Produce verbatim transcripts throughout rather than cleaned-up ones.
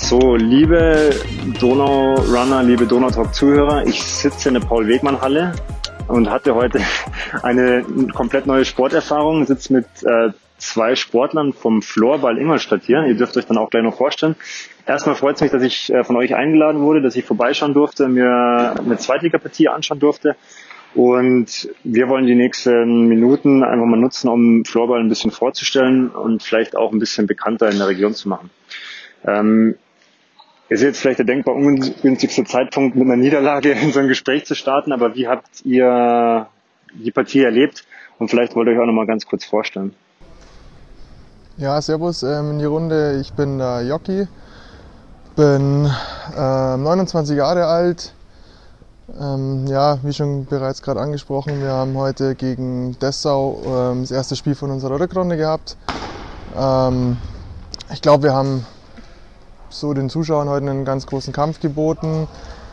So, liebe Donau-Runner, liebe Donau-Talk-Zuhörer, ich sitze in der Paul-Wegmann-Halle und hatte heute eine komplett neue Sporterfahrung. Ich sitze mit äh, zwei Sportlern vom Floorball Ingolstadt hier. Ihr dürft euch dann auch gleich noch vorstellen. Erstmal freut es mich, dass ich äh, von euch eingeladen wurde, dass ich vorbeischauen durfte, mir eine Zweitligapartie anschauen durfte. Und wir wollen die nächsten Minuten einfach mal nutzen, um Floorball ein bisschen vorzustellen und vielleicht auch ein bisschen bekannter in der Region zu machen. Ähm, ist jetzt vielleicht der denkbar ungünstigste Zeitpunkt, mit einer Niederlage in so ein Gespräch zu starten, aber wie habt ihr die Partie erlebt? Und vielleicht wollt ihr euch auch noch mal ganz kurz vorstellen. Ja, servus ähm, in die Runde. Ich bin der Jockey, bin äh, neunundzwanzig Jahre alt. Ähm, ja, wie schon bereits gerade angesprochen, wir haben heute gegen Dessau ähm, das erste Spiel von unserer Rückrunde gehabt. Ähm, ich glaube, wir haben so den Zuschauern heute einen ganz großen Kampf geboten,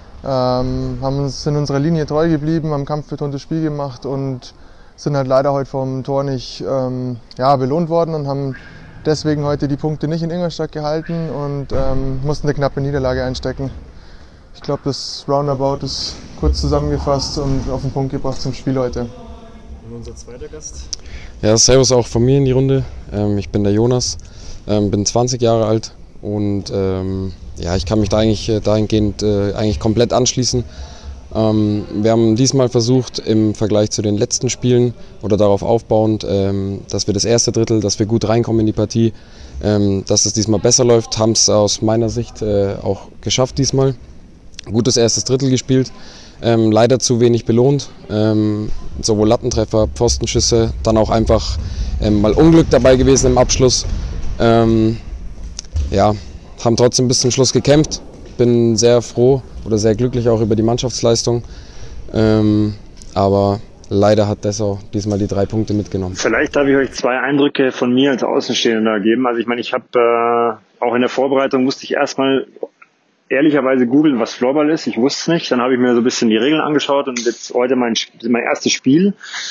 ähm, haben uns in unserer Linie treu geblieben, haben kampfbetontes Spiel gemacht und sind halt leider heute vom Tor nicht ähm, ja, belohnt worden und haben deswegen heute die Punkte nicht in Ingolstadt gehalten und ähm, mussten eine knappe Niederlage einstecken. Ich glaube, das Roundabout ist kurz zusammengefasst und auf den Punkt gebracht zum Spiel heute. Und unser zweiter Gast? Ja, servus auch von mir in die Runde. Ähm, ich bin der Jonas, ähm, bin zwanzig Jahre alt und ähm, ja, ich kann mich da eigentlich äh, dahingehend äh, eigentlich komplett anschließen. Ähm, wir haben diesmal versucht, im Vergleich zu den letzten Spielen oder darauf aufbauend, ähm, dass wir das erste Drittel, dass wir gut reinkommen in die Partie, ähm, dass es diesmal besser läuft, haben es aus meiner Sicht äh, auch geschafft diesmal. Gutes erstes Drittel gespielt, ähm, leider zu wenig belohnt, ähm, sowohl Lattentreffer, Pfostenschüsse, dann auch einfach ähm, mal Unglück dabei gewesen im Abschluss. Ähm, ja, haben trotzdem bis zum Schluss gekämpft, bin sehr froh oder sehr glücklich auch über die Mannschaftsleistung, ähm, aber leider hat Dessau diesmal die drei Punkte mitgenommen. Vielleicht darf ich euch zwei Eindrücke von mir als Außenstehender geben. Also ich meine, ich habe äh, auch in der Vorbereitung musste ich erstmal ehrlicherweise googeln, was Floorball ist. Ich wusste es nicht. Dann habe ich mir so ein bisschen die Regeln angeschaut und jetzt heute mein, mein erstes Spiel.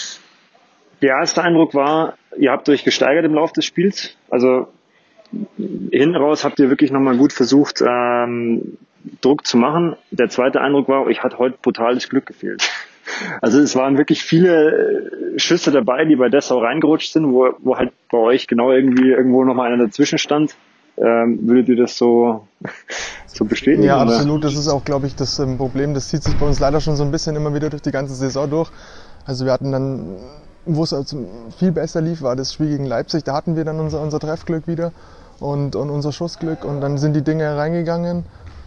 Der erste Eindruck war, ihr habt euch gesteigert im Laufe des Spiels. Also hinten raus habt ihr wirklich nochmal gut versucht, ähm, Druck zu machen. Der zweite Eindruck war, euch hat heute brutales Glück gefehlt. Also es waren wirklich viele Schüsse dabei, die bei Dessau reingerutscht sind, wo, wo halt bei euch genau irgendwie irgendwo nochmal einer dazwischen stand. Ähm, würdet ihr das so, so bestätigen? Ja, oder? absolut. Das ist auch, glaube ich, das ähm, Problem. Das zieht sich bei uns leider schon so ein bisschen immer wieder durch die ganze Saison durch. Also wir hatten dann, wo es also viel besser lief, war das Spiel gegen Leipzig. Da hatten wir dann unser, unser Treffglück wieder und, und unser Schussglück und dann sind die Dinge reingegangen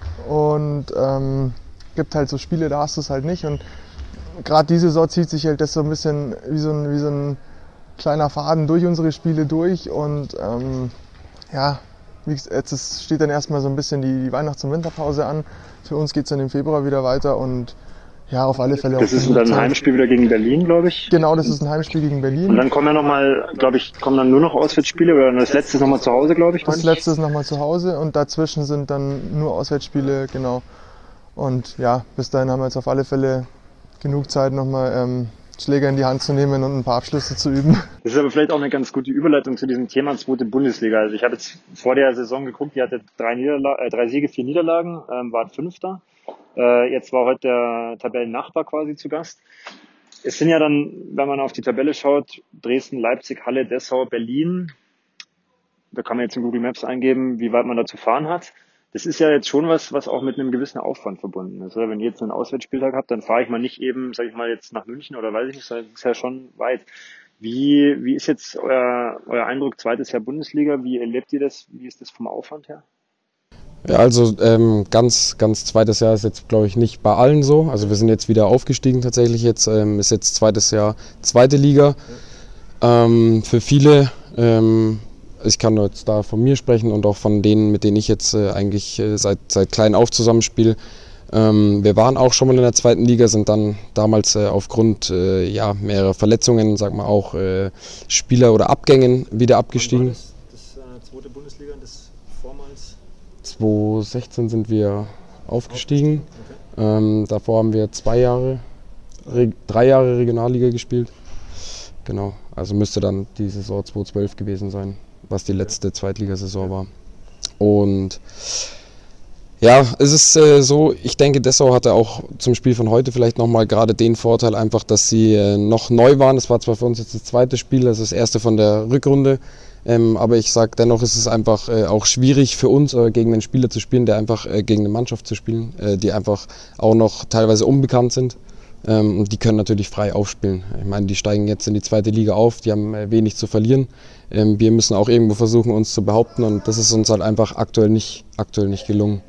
und ähm, gibt halt so Spiele, da hast du es halt nicht. Und gerade diese Saison zieht sich halt das so ein bisschen wie so ein, wie so ein kleiner Faden durch unsere Spiele durch und ähm, ja, jetzt steht dann erstmal so ein bisschen die, die Weihnachts- und Winterpause an. Für uns geht es dann im Februar wieder weiter und ja, auf alle Fälle. Das ist dann ein Heimspiel wieder gegen Berlin, glaube ich. Genau, das ist ein Heimspiel gegen Berlin. Und dann kommen ja nochmal, glaube ich, kommen dann nur noch Auswärtsspiele oder das letzte ist nochmal zu Hause, glaube ich. Das letzte ist nochmal zu Hause und dazwischen sind dann nur Auswärtsspiele, genau. Und ja, bis dahin haben wir jetzt auf alle Fälle genug Zeit, nochmal ähm, Schläger in die Hand zu nehmen und ein paar Abschlüsse zu üben. Das ist aber vielleicht auch eine ganz gute Überleitung zu diesem Thema zweite Bundesliga. Also ich habe jetzt vor der Saison geguckt, die hatte drei, Niederla- äh, drei Siege, vier Niederlagen, ähm, war Fünfter. Äh, jetzt war heute der Tabellennachbar quasi zu Gast. Es sind ja dann, wenn man auf die Tabelle schaut, Dresden, Leipzig, Halle, Dessau, Berlin. Da kann man jetzt in Google Maps eingeben, wie weit man da zu fahren hat. Das ist ja jetzt schon was, was auch mit einem gewissen Aufwand verbunden ist. Oder? Wenn ihr jetzt einen Auswärtsspieltag habt, dann fahre ich mal nicht eben, sage ich mal, jetzt nach München oder weiß ich nicht, das ist ja schon weit. Wie, wie ist jetzt euer, euer Eindruck, zweites Jahr Bundesliga? Wie erlebt ihr das? Wie ist das vom Aufwand her? Ja, also ähm, ganz, ganz zweites Jahr ist jetzt, glaube ich, nicht bei allen so. Also wir sind jetzt wieder aufgestiegen tatsächlich jetzt, ähm, ist jetzt zweites Jahr zweite Liga. Ähm, für viele, ähm, ich kann jetzt da von mir sprechen und auch von denen, mit denen ich jetzt äh, eigentlich äh, seit, seit klein auf zusammenspiele. Ähm, wir waren auch schon mal in der zweiten Liga, sind dann damals äh, aufgrund äh, ja, mehrerer Verletzungen, sag mal auch äh, Spieler oder Abgängen wieder abgestiegen. Wann war das, das äh, zweite Bundesliga, das vormals? zwanzig sechzehn sind wir aufgestiegen. Okay. Ähm, davor haben wir zwei Jahre, Re- drei Jahre Regionalliga gespielt. Genau, also müsste dann die Saison zwanzig zwölf gewesen sein, was die letzte Zweitligasaison war. Und Ja, es ist äh, so, ich denke, Dessau hatte auch zum Spiel von heute vielleicht nochmal gerade den Vorteil einfach, dass sie äh, noch neu waren. Das war zwar für uns jetzt das zweite Spiel, das ist das erste von der Rückrunde, ähm, aber ich sage dennoch, ist es einfach äh, auch schwierig für uns, äh, gegen einen Spieler zu spielen, der einfach äh, gegen eine Mannschaft zu spielen, äh, die einfach auch noch teilweise unbekannt sind. Ähm, und die können natürlich frei aufspielen. Ich meine, die steigen jetzt in die zweite Liga auf, die haben äh, wenig zu verlieren. Ähm, wir müssen auch irgendwo versuchen, uns zu behaupten, und das ist uns halt einfach aktuell nicht, aktuell nicht gelungen.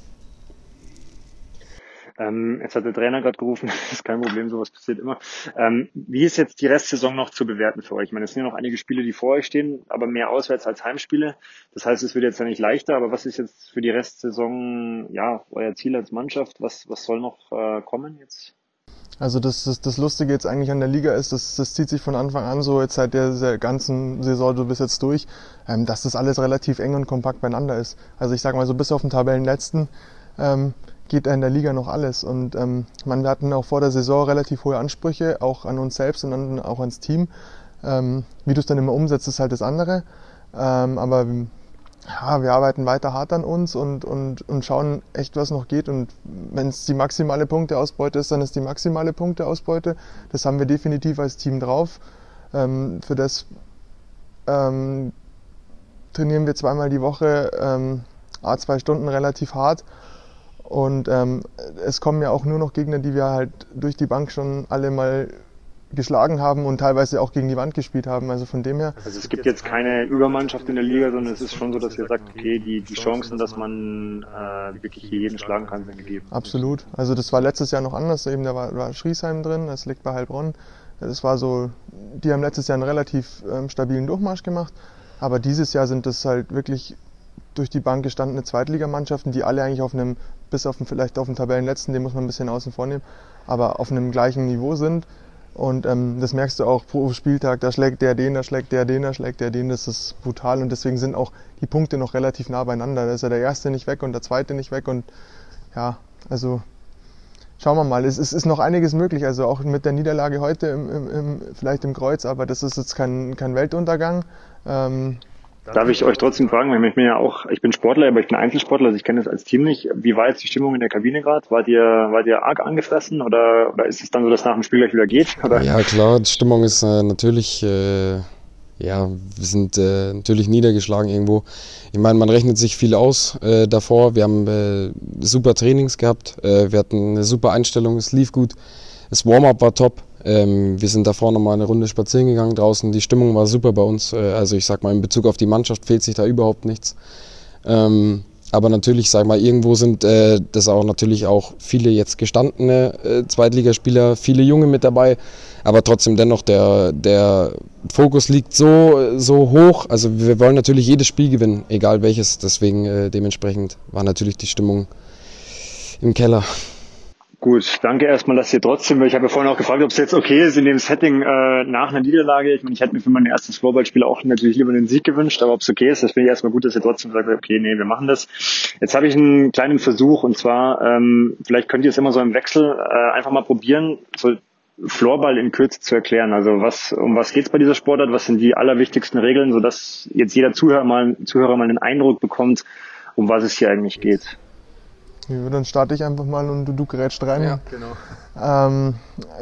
Ähm, jetzt hat der Trainer gerade gerufen, das ist kein Problem, sowas passiert immer. Ähm, wie ist jetzt die Restsaison noch zu bewerten für euch? Ich meine, es sind ja noch einige Spiele, die vor euch stehen, aber mehr auswärts als Heimspiele. Das heißt, es wird jetzt ja nicht leichter, aber was ist jetzt für die Restsaison, ja, euer Ziel als Mannschaft? Was, was soll noch äh, kommen jetzt? Also das, das, das Lustige jetzt eigentlich an der Liga ist, das, das zieht sich von Anfang an so jetzt seit der, der ganzen Saison so bis jetzt durch, ähm, dass das alles relativ eng und kompakt beieinander ist. Also ich sage mal so, bis auf den Tabellenletzten ähm, geht in der Liga noch alles. Und ähm, man, wir hatten auch vor der Saison relativ hohe Ansprüche, auch an uns selbst und dann auch ans Team. Ähm, wie du es dann immer umsetzt, ist halt das andere. Ähm, aber ja, wir arbeiten weiter hart an uns und, und, und schauen echt, was noch geht. Und wenn es die maximale Punkteausbeute ist, dann ist die maximale Punkteausbeute. Das haben wir definitiv als Team drauf. Ähm, für das ähm, trainieren wir zweimal die Woche, ähm, a zwei Stunden relativ hart. Und ähm, es kommen ja auch nur noch Gegner, die wir halt durch die Bank schon alle mal geschlagen haben und teilweise auch gegen die Wand gespielt haben. Also von dem her. Also es gibt jetzt keine Übermannschaft in der Liga, sondern es ist schon so, dass ihr sagt, okay, die, die Chancen, dass man äh, wirklich hier jeden schlagen kann, sind gegeben. Absolut. Also das war letztes Jahr noch anders. Eben da war, war Schriesheim drin, das liegt bei Heilbronn. Das war so, die haben letztes Jahr einen relativ ähm, stabilen Durchmarsch gemacht. Aber dieses Jahr sind das halt wirklich durch die Bank gestandene Zweitligamannschaften, die alle eigentlich auf einem, bis auf den, vielleicht auf den Tabellenletzten, den muss man ein bisschen außen vor nehmen, aber auf einem gleichen Niveau sind. Und ähm, das merkst du auch pro Spieltag, da schlägt der den, da schlägt der den, da schlägt der den, das ist brutal. Und deswegen sind auch die Punkte noch relativ nah beieinander. Da ist ja der erste nicht weg und der zweite nicht weg. Und ja, also schauen wir mal, es, es ist noch einiges möglich. Also auch mit der Niederlage heute, im, im, im, vielleicht im Kreuz, aber das ist jetzt kein, kein Weltuntergang. Ähm, Darf ich euch trotzdem fragen, weil ich bin ja auch, ich bin Sportler, aber ich bin Einzelsportler, also ich kenne das als Team nicht. Wie war jetzt die Stimmung in der Kabine gerade? Wart ihr, wart ihr arg angefressen oder, oder ist es dann so, dass nach dem Spiel gleich wieder geht? Oder? Ja klar, die Stimmung ist äh, natürlich, äh, ja, wir sind äh, natürlich niedergeschlagen irgendwo. Ich meine, man rechnet sich viel aus äh, davor. Wir haben äh, super Trainings gehabt, äh, wir hatten eine super Einstellung, es lief gut, das Warm-up war top. Ähm, wir sind davor nochmal eine Runde spazieren gegangen draußen, die Stimmung war super bei uns, äh, also ich sag mal in Bezug auf die Mannschaft fehlt sich da überhaupt nichts. Ähm, aber natürlich, sag mal, irgendwo sind äh, das auch natürlich auch viele jetzt gestandene äh, Zweitligaspieler, viele Junge mit dabei, aber trotzdem dennoch der, der Fokus liegt so, so hoch, also wir wollen natürlich jedes Spiel gewinnen, egal welches, deswegen äh, dementsprechend war natürlich die Stimmung im Keller. Gut, danke erstmal, dass ihr trotzdem, ich habe ja vorhin auch gefragt, ob es jetzt okay ist in dem Setting äh, nach einer Niederlage. Ich meine, ich hätte mir für mein erstes Floorballspiel auch natürlich lieber den Sieg gewünscht, aber ob es okay ist, das finde ich erstmal gut, dass ihr trotzdem sagt, okay, nee, wir machen das. Jetzt habe ich einen kleinen Versuch und zwar, ähm, vielleicht könnt ihr es immer so im Wechsel äh, einfach mal probieren, so Floorball in Kürze zu erklären. Also was, um was geht's bei dieser Sportart? Was sind die allerwichtigsten Regeln, sodass jetzt jeder Zuhörer mal, Zuhörer mal einen Eindruck bekommt, um was es hier eigentlich geht? Dann starte ich einfach mal und du, du gerätst rein. Ja, genau. Ähm,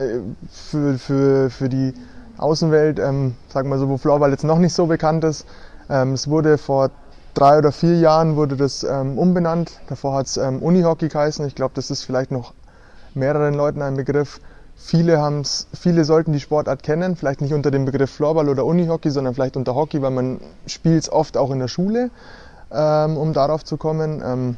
für, für, für die Außenwelt, ähm, sagen wir so, wo Floorball jetzt noch nicht so bekannt ist, ähm, es wurde vor drei oder vier Jahren wurde das ähm, umbenannt. Davor hat es ähm, Unihockey geheißen. Ich glaube, das ist vielleicht noch mehreren Leuten ein Begriff. Viele, haben's, viele sollten die Sportart kennen, vielleicht nicht unter dem Begriff Floorball oder Unihockey, sondern vielleicht unter Hockey, weil man spielt es oft auch in der Schule, ähm, um darauf zu kommen. Ähm,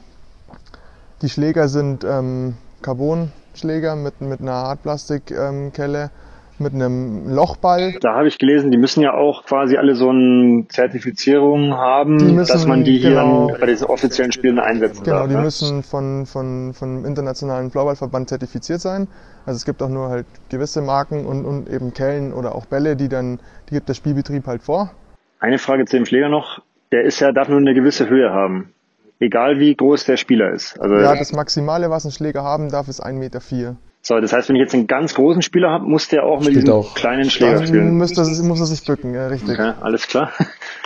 Die Schläger sind ähm, Carbon-Schläger mit, mit einer Hartplastikkelle, ähm, mit einem Lochball. Da habe ich gelesen, die müssen ja auch quasi alle so eine Zertifizierung haben, müssen, dass man die genau, hier bei diesen offiziellen Spielen einsetzen Genau, darf. die ne? müssen von, von, vom internationalen Floorballverband zertifiziert sein. Also es gibt auch nur halt gewisse Marken und, und eben Kellen oder auch Bälle, die dann, die gibt der Spielbetrieb halt vor. Eine Frage zu dem Schläger noch, der ist ja, darf nur eine gewisse Höhe haben. Egal wie groß der Spieler ist. Also ja, das Maximale, was ein Schläger haben darf, ist ein Meter vier. So, das heißt, wenn ich jetzt einen ganz großen Spieler habe, muss der auch mit Spielt diesem auch. kleinen Schläger Dann spielen. muss er, muss er sich bücken, ja, richtig. Okay, alles klar.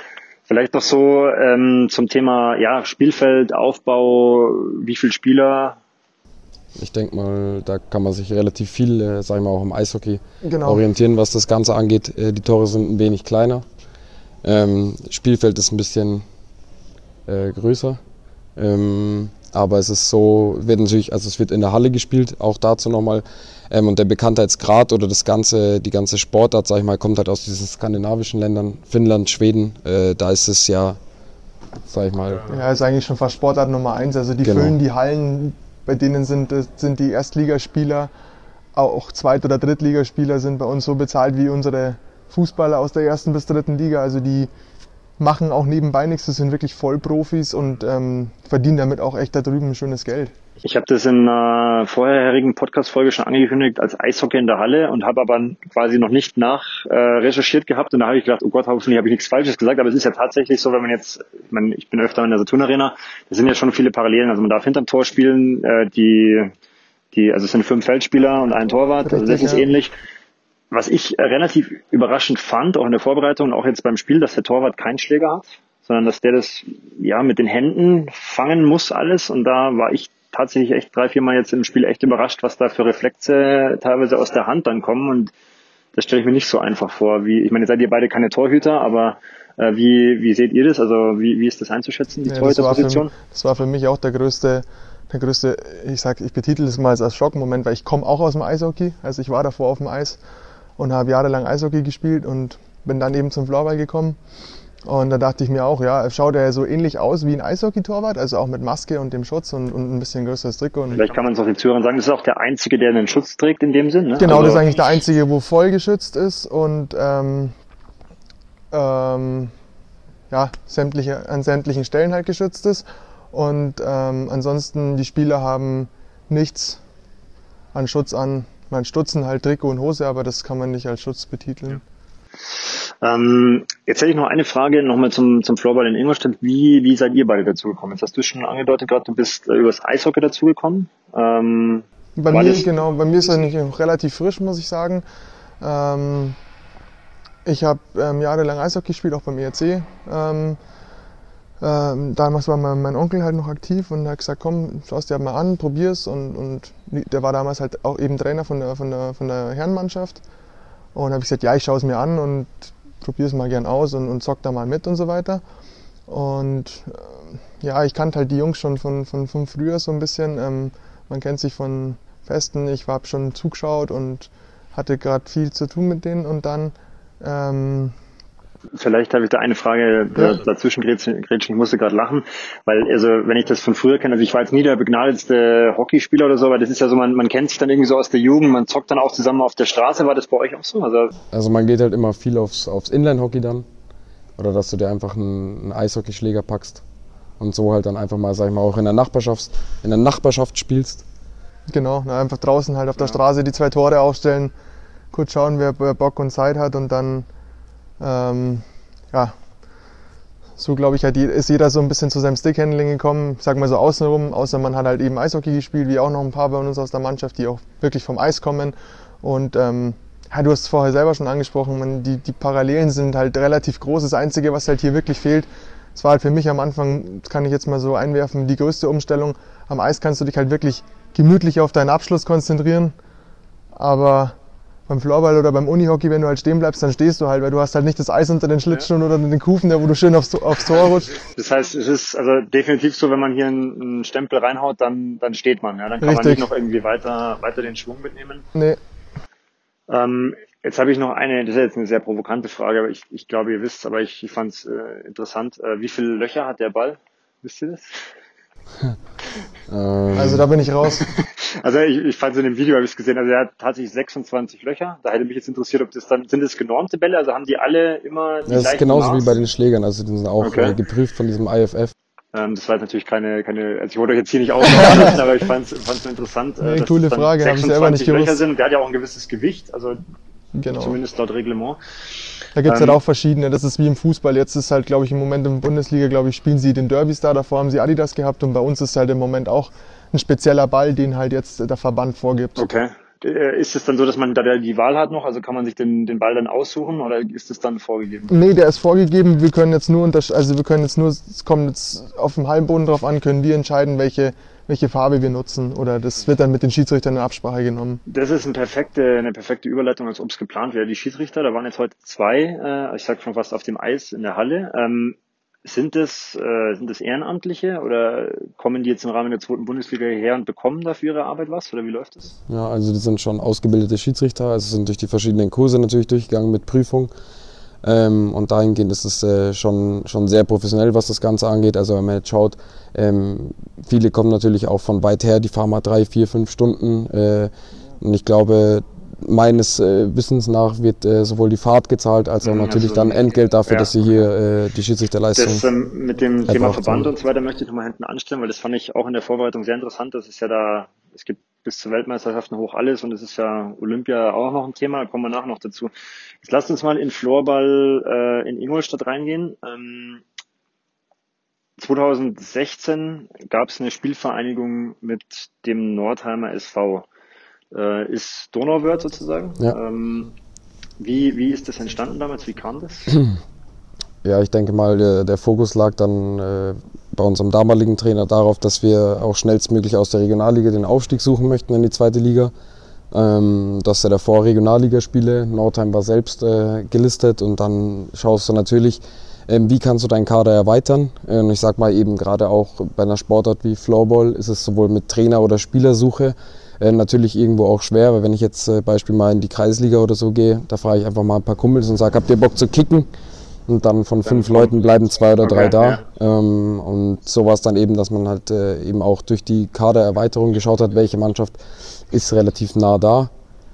Vielleicht noch so ähm, zum Thema ja, Spielfeld, Aufbau, wie viele Spieler? Ich denke mal, da kann man sich relativ viel, äh, sag ich mal, auch im Eishockey Genau. orientieren, was das Ganze angeht. Äh, die Tore sind ein wenig kleiner. Ähm, Spielfeld ist ein bisschen äh, größer. Ähm, aber es ist so, wird natürlich, also es wird in der Halle gespielt, auch dazu nochmal. Ähm, und der Bekanntheitsgrad oder das ganze, die ganze Sportart, sag ich mal, kommt halt aus diesen skandinavischen Ländern, Finnland, Schweden. Äh, da ist es ja, sag ich mal. Ja, ist eigentlich schon fast Sportart Nummer eins. Also die Genau. füllen die Hallen, bei denen sind, sind die Erstligaspieler, auch Zweit- oder Drittligaspieler sind bei uns so bezahlt wie unsere Fußballer aus der ersten bis dritten Liga. Also die machen auch nebenbei nichts, das sind wirklich Vollprofis und ähm, verdienen damit auch echt da drüben ein schönes Geld. Ich habe das in einer vorherigen Podcast-Folge schon angekündigt als Eishockey in der Halle und habe aber quasi noch nicht nach äh, recherchiert gehabt und da habe ich gedacht, oh Gott, hoffentlich habe ich nichts Falsches gesagt, aber es ist ja tatsächlich so, wenn man jetzt, ich, meine, ich bin öfter in der Saturn Arena, da sind ja schon viele Parallelen, also man darf hinterm Tor spielen, äh, die, die, also es sind fünf Feldspieler und ein Torwart, also das ist ja. ähnlich. Was ich äh, relativ überraschend fand, auch in der Vorbereitung und auch jetzt beim Spiel, dass der Torwart keinen Schläger hat, sondern dass der das ja mit den Händen fangen muss alles und da war ich tatsächlich echt drei, vier Mal jetzt im Spiel echt überrascht, was da für Reflexe teilweise aus der Hand dann kommen und das stelle ich mir nicht so einfach vor. Wie, ich meine, jetzt seid ihr beide keine Torhüter, aber äh, wie, wie seht ihr das? Also wie, wie ist das einzuschätzen, die Ja, Torhüterposition? das, das war für mich auch der größte, der größte, ich sag, ich betitel es mal als Schockmoment, weil ich komme auch aus dem Eishockey, also ich war davor auf dem Eis und habe jahrelang Eishockey gespielt und bin dann eben zum Floorball gekommen. Und da dachte ich mir auch, ja, schaut er so ähnlich aus wie ein Eishockey-Torwart, also auch mit Maske und dem Schutz und, und ein bisschen größeres Trikot. Und Vielleicht kann man es auch den Zuhörern sagen, das ist auch der Einzige, der einen Schutz trägt in dem Sinn, ne? genau, also, das ist eigentlich der Einzige, wo voll geschützt ist und ähm, ähm, ja, sämtliche, an sämtlichen Stellen halt geschützt ist. Und ähm, ansonsten, die Spieler haben nichts an Schutz an. Man stutzen halt Trikot und Hose, aber das kann man nicht als Schutz betiteln. Ähm, jetzt hätte ich noch eine Frage nochmal zum, zum Floorball in Ingolstadt. Wie, wie seid ihr beide dazugekommen? Jetzt hast du schon angedeutet gerade, du bist äh, übers Eishockey dazugekommen. Ähm, bei war mir, das- genau, bei mir ist das nicht noch relativ frisch, muss ich sagen. Ähm, ich habe ähm, jahrelang Eishockey gespielt, auch beim E R C. Ähm, ähm, damals war mein, mein Onkel halt noch aktiv und hat gesagt, komm, schau es dir mal an, probier's. Und, und der war damals halt auch eben Trainer von der, von der, von der Herrenmannschaft. Und habe ich gesagt, ja, ich schaue es mir an und probiere es mal gern aus und, und zock da mal mit und so weiter. Und äh, ja, ich kannte halt die Jungs schon von, von, von früher so ein bisschen. Ähm, man kennt sich von Festen, ich habe schon zugeschaut und hatte gerade viel zu tun mit denen. Und dann ähm, Vielleicht habe ich da eine Frage Ja. dazwischen grätschen, ich musste gerade lachen, weil also wenn ich das von früher kenne, also ich war jetzt nie der begnadetste Hockeyspieler oder so, aber das ist ja so, man, man kennt sich dann irgendwie so aus der Jugend, man zockt dann auch zusammen auf der Straße, war das bei euch auch so? Also Also man geht halt immer viel aufs, aufs Inline-Hockey dann. Oder dass du dir einfach einen, einen Eishockeyschläger packst und so halt dann einfach mal, sag ich mal, auch in der Nachbarschaft, in der Nachbarschaft spielst. genau, na, einfach draußen halt auf der Straße die zwei Tore aufstellen, kurz schauen, wer, wer Bock und Zeit hat und dann ähm, ja, so glaube ich, halt, ist jeder so ein bisschen zu seinem Stickhandling gekommen, ich sag mal so außenrum, außer man hat halt eben Eishockey gespielt, wie auch noch ein paar bei uns aus der Mannschaft, die auch wirklich vom Eis kommen. Und ähm, ja, du hast es vorher selber schon angesprochen, man, die, die Parallelen sind halt relativ groß. Das Einzige, was halt hier wirklich fehlt, das war halt für mich am Anfang, das kann ich jetzt mal so einwerfen, die größte Umstellung. Am Eis kannst du dich halt wirklich gemütlich auf deinen Abschluss konzentrieren, aber beim Floorball oder beim Unihockey, wenn du halt stehen bleibst, dann stehst du halt, weil du hast halt nicht das Eis unter den Schlittschuhen oder den Kufen, da wo du schön aufs, aufs Tor rutschst. das heißt, es ist also definitiv so, wenn man hier einen, einen Stempel reinhaut, dann, dann steht man, ja, dann kann man Richtig. nicht noch irgendwie weiter, weiter den Schwung mitnehmen. Nee, Ähm, jetzt habe ich noch eine, das ist jetzt eine sehr provokante Frage, aber ich, ich glaube, ihr wisst, aber ich, ich fand es äh, interessant. Äh, wie viele Löcher hat der Ball? Wisst ihr das? Ähm, also da bin ich raus. Also ich, ich fand es in dem Video, habe ich es gesehen, also er hat tatsächlich sechsundzwanzig Löcher. Da hätte mich jetzt interessiert, ob das dann, sind das genormte Bälle? Also haben die alle immer die das ist gleichen genauso Maß? wie bei den Schlägern, also die sind auch Okay. äh, geprüft von diesem I F F. Ähm, das war jetzt natürlich keine, keine, also ich wollte euch jetzt hier nicht aufladen, aber ich fand es interessant, Nee, äh, dass coole es dann Frage, hab ich selber nicht sechsundzwanzig Löcher gewusst. sind. Und der hat ja auch ein gewisses Gewicht, also Genau. zumindest laut Reglement. Da gibt's Ähm, halt auch verschiedene. Das ist wie im Fußball. Jetzt ist halt, glaube ich, im Moment in der Bundesliga, glaube ich, spielen sie den Derby-Star. Davor haben sie Adidas gehabt und bei uns ist halt im Moment auch ein spezieller Ball, den halt jetzt der Verband vorgibt. Okay. Äh, ist es dann so, dass man da die Wahl hat noch? Also kann man sich den, den Ball dann aussuchen oder ist es dann vorgegeben? Nee, der ist vorgegeben. Wir können jetzt nur untersch- also wir können jetzt nur, es kommt jetzt auf dem Hallenboden drauf an, können wir entscheiden, welche, welche Farbe wir nutzen. Oder das wird dann mit den Schiedsrichtern in Absprache genommen. Das ist eine perfekte, eine perfekte Überleitung, als ob es geplant wäre. Die Schiedsrichter, da waren jetzt heute zwei, äh, ich sag schon fast auf dem Eis in der Halle. Ähm, Sind das, äh, sind das Ehrenamtliche oder kommen die jetzt im Rahmen der zweiten Bundesliga hierher und bekommen dafür ihre Arbeit was oder wie läuft das? Ja, also die sind schon ausgebildete Schiedsrichter, also sind durch die verschiedenen Kurse natürlich durchgegangen mit Prüfung. Ähm, und dahingehend ist es äh, schon, schon sehr professionell, was das Ganze angeht. Also wenn man jetzt schaut, ähm, viele kommen natürlich auch von weit her, die fahren mal drei, vier, fünf Stunden. Äh, und ich glaube, meines äh, Wissens nach wird äh, sowohl die Fahrt gezahlt, als auch Mhm, natürlich also, dann Entgelt dafür, ja. dass sie hier äh, die Schiedsrichterleistung... Das ähm, mit dem Thema erbracht Verband haben. und so weiter möchte ich nochmal hinten anstellen, weil das fand ich auch in der Vorbereitung sehr interessant. Das ist ja da, es gibt bis zur Weltmeisterschaften hoch alles und es ist ja Olympia auch noch ein Thema, da kommen wir nachher noch dazu. Jetzt lasst uns mal in Floorball äh, in Ingolstadt reingehen. Ähm, zwanzig sechzehn gab es eine Spielvereinigung mit dem Nordheimer S V. Äh, ist Donauwörth sozusagen. Ja. Ähm, wie, wie ist das entstanden damals? Wie kam das? Ja, ich denke mal, der, der Fokus lag dann äh, bei unserem damaligen Trainer darauf, dass wir auch schnellstmöglich aus der Regionalliga den Aufstieg suchen möchten in die zweite Liga. Ähm, dass er davor Regionalligaspiele, Nordheim war selbst äh, gelistet und dann schaust du natürlich, ähm, wie kannst du deinen Kader erweitern. Äh, und ich sag mal eben gerade auch bei einer Sportart wie Floorball ist es sowohl mit Trainer- oder Spielersuche äh, natürlich irgendwo auch schwer, weil wenn ich jetzt äh, Beispiel mal in die Kreisliga oder so gehe, da frage ich einfach mal ein paar Kumpels und sage, habt ihr Bock zu kicken? Und dann von fünf dann Leuten bleiben zwei oder drei okay, da. Ja. Ähm, und so war es dann eben, dass man halt äh, eben auch durch die Kadererweiterung geschaut hat, welche Mannschaft ist relativ nah da.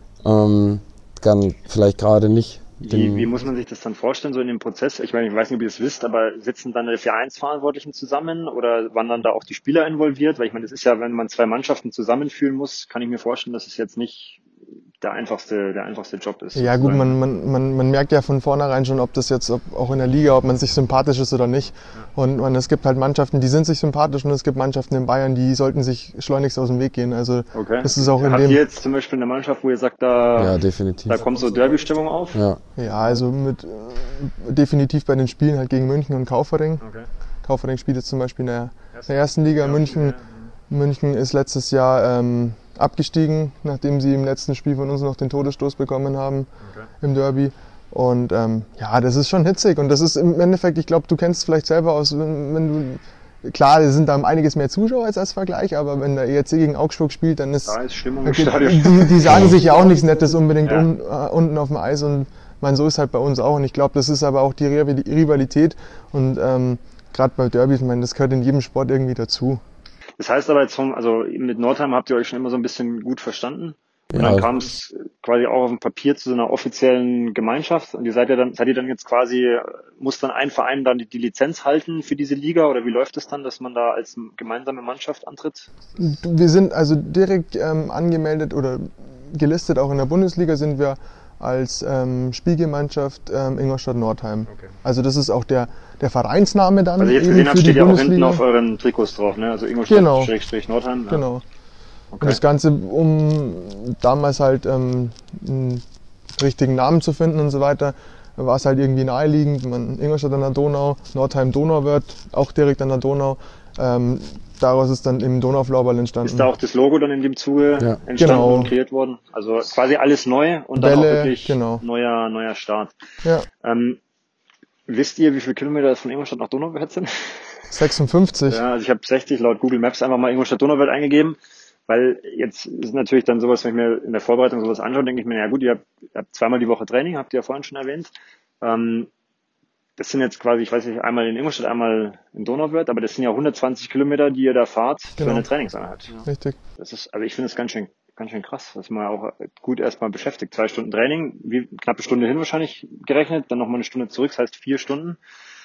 Ähm, kann vielleicht gerade nicht. Wie, wie muss man sich das dann vorstellen, so in dem Prozess? Ich meine, ich weiß nicht, ob ihr das wisst, aber sitzen dann die Vereinsverantwortlichen zusammen oder waren dann da auch die Spieler involviert? Weil ich meine, das ist ja, wenn man zwei Mannschaften zusammenführen muss, kann ich mir vorstellen, dass es jetzt nicht der einfachste, der einfachste Job ist. Ja gut, man, man, man, man merkt ja von vornherein schon, ob das jetzt ob auch in der Liga, ob man sich sympathisch ist oder nicht. Ja. Und man, es gibt halt Mannschaften, die sind sich sympathisch und es gibt Mannschaften in Bayern, die sollten sich schleunigst aus dem Weg gehen. Also okay. das ist auch in Habt dem. ihr jetzt zum Beispiel eine Mannschaft, wo ihr sagt, da, ja, definitiv. da kommt so Derby-Stimmung auf? Ja, ja also mit, äh, definitiv bei den Spielen halt gegen München und Kaufering. Okay. Kaufering spielt jetzt zum Beispiel in der, in der ersten Liga. München, ja. München ist letztes Jahr ähm, abgestiegen, nachdem sie im letzten Spiel von uns noch den Todesstoß bekommen haben okay. im Derby. Und ähm, ja, das ist schon hitzig und das ist im Endeffekt, ich glaube, du kennst es vielleicht selber aus, wenn, wenn du, klar, es sind da einiges mehr Zuschauer als als Vergleich, aber wenn der E R C gegen Augsburg spielt, dann ist, da ist Stimmung im okay, Stadion. Die, die sagen sich ja auch nichts Nettes unbedingt ja. un, uh, unten auf dem Eis und man, so ist halt bei uns auch und ich glaube, das ist aber auch die Rivalität und ähm, gerade bei Derbys, ich meine, das gehört in jedem Sport irgendwie dazu. Das heißt aber jetzt vom, also mit Nordheim habt ihr euch schon immer so ein bisschen gut verstanden. Und ja. dann kam es quasi auch auf dem Papier zu so einer offiziellen Gemeinschaft. Und ihr seid ja dann, seid ihr dann jetzt quasi, muss dann ein Verein dann die, die Lizenz halten für diese Liga oder wie läuft es dann, dass man da als gemeinsame Mannschaft antritt? Wir sind also direkt ähm, angemeldet oder gelistet, auch in der Bundesliga sind wir als ähm, Spielgemeinschaft ähm, Ingolstadt-Nordheim. Okay. Also das ist auch der, der Vereinsname dann. Also jetzt gesehen habt, steht ja auch hinten auf euren Trikots drauf, ne? Also Ingolstadt-Nordheim. Genau. genau. Okay. Und das Ganze, um damals halt ähm, einen richtigen Namen zu finden und so weiter, war es halt irgendwie naheliegend. Man, Ingolstadt an der Donau, Nordheim-Donauwörth, auch direkt an der Donau. Ähm, daraus ist dann im Donauflauberl entstanden. Ist da auch das Logo dann in dem Zuge ja. entstanden genau. und kreiert worden? Also quasi alles neu und dann Bälle, auch wirklich genau. neuer, neuer Start. Ja. Ähm, wisst ihr, wie viele Kilometer das von Ingolstadt nach Donauwörth sind? sechsundfünfzig. Ja, also ich habe sechzig laut Google Maps einfach mal Ingolstadt-Donauwörth eingegeben, weil jetzt ist natürlich dann sowas, wenn ich mir in der Vorbereitung sowas anschaue, denke ich mir, ja gut, ihr habt, ihr habt zweimal die Woche Training, habt ihr ja vorhin schon erwähnt. Ähm, Das sind jetzt quasi, ich weiß nicht, einmal in Ingolstadt, einmal in Donauwörth, aber das sind ja hundertzweitig Kilometer, die ihr da fahrt genau. für eine Trainingseinheit. Ja. Richtig. Das ist, also ich finde das ganz schön, ganz schön krass, dass man auch gut erstmal beschäftigt. Zwei Stunden Training, wie knappe Stunde hin wahrscheinlich gerechnet, dann nochmal eine Stunde zurück, das heißt vier Stunden.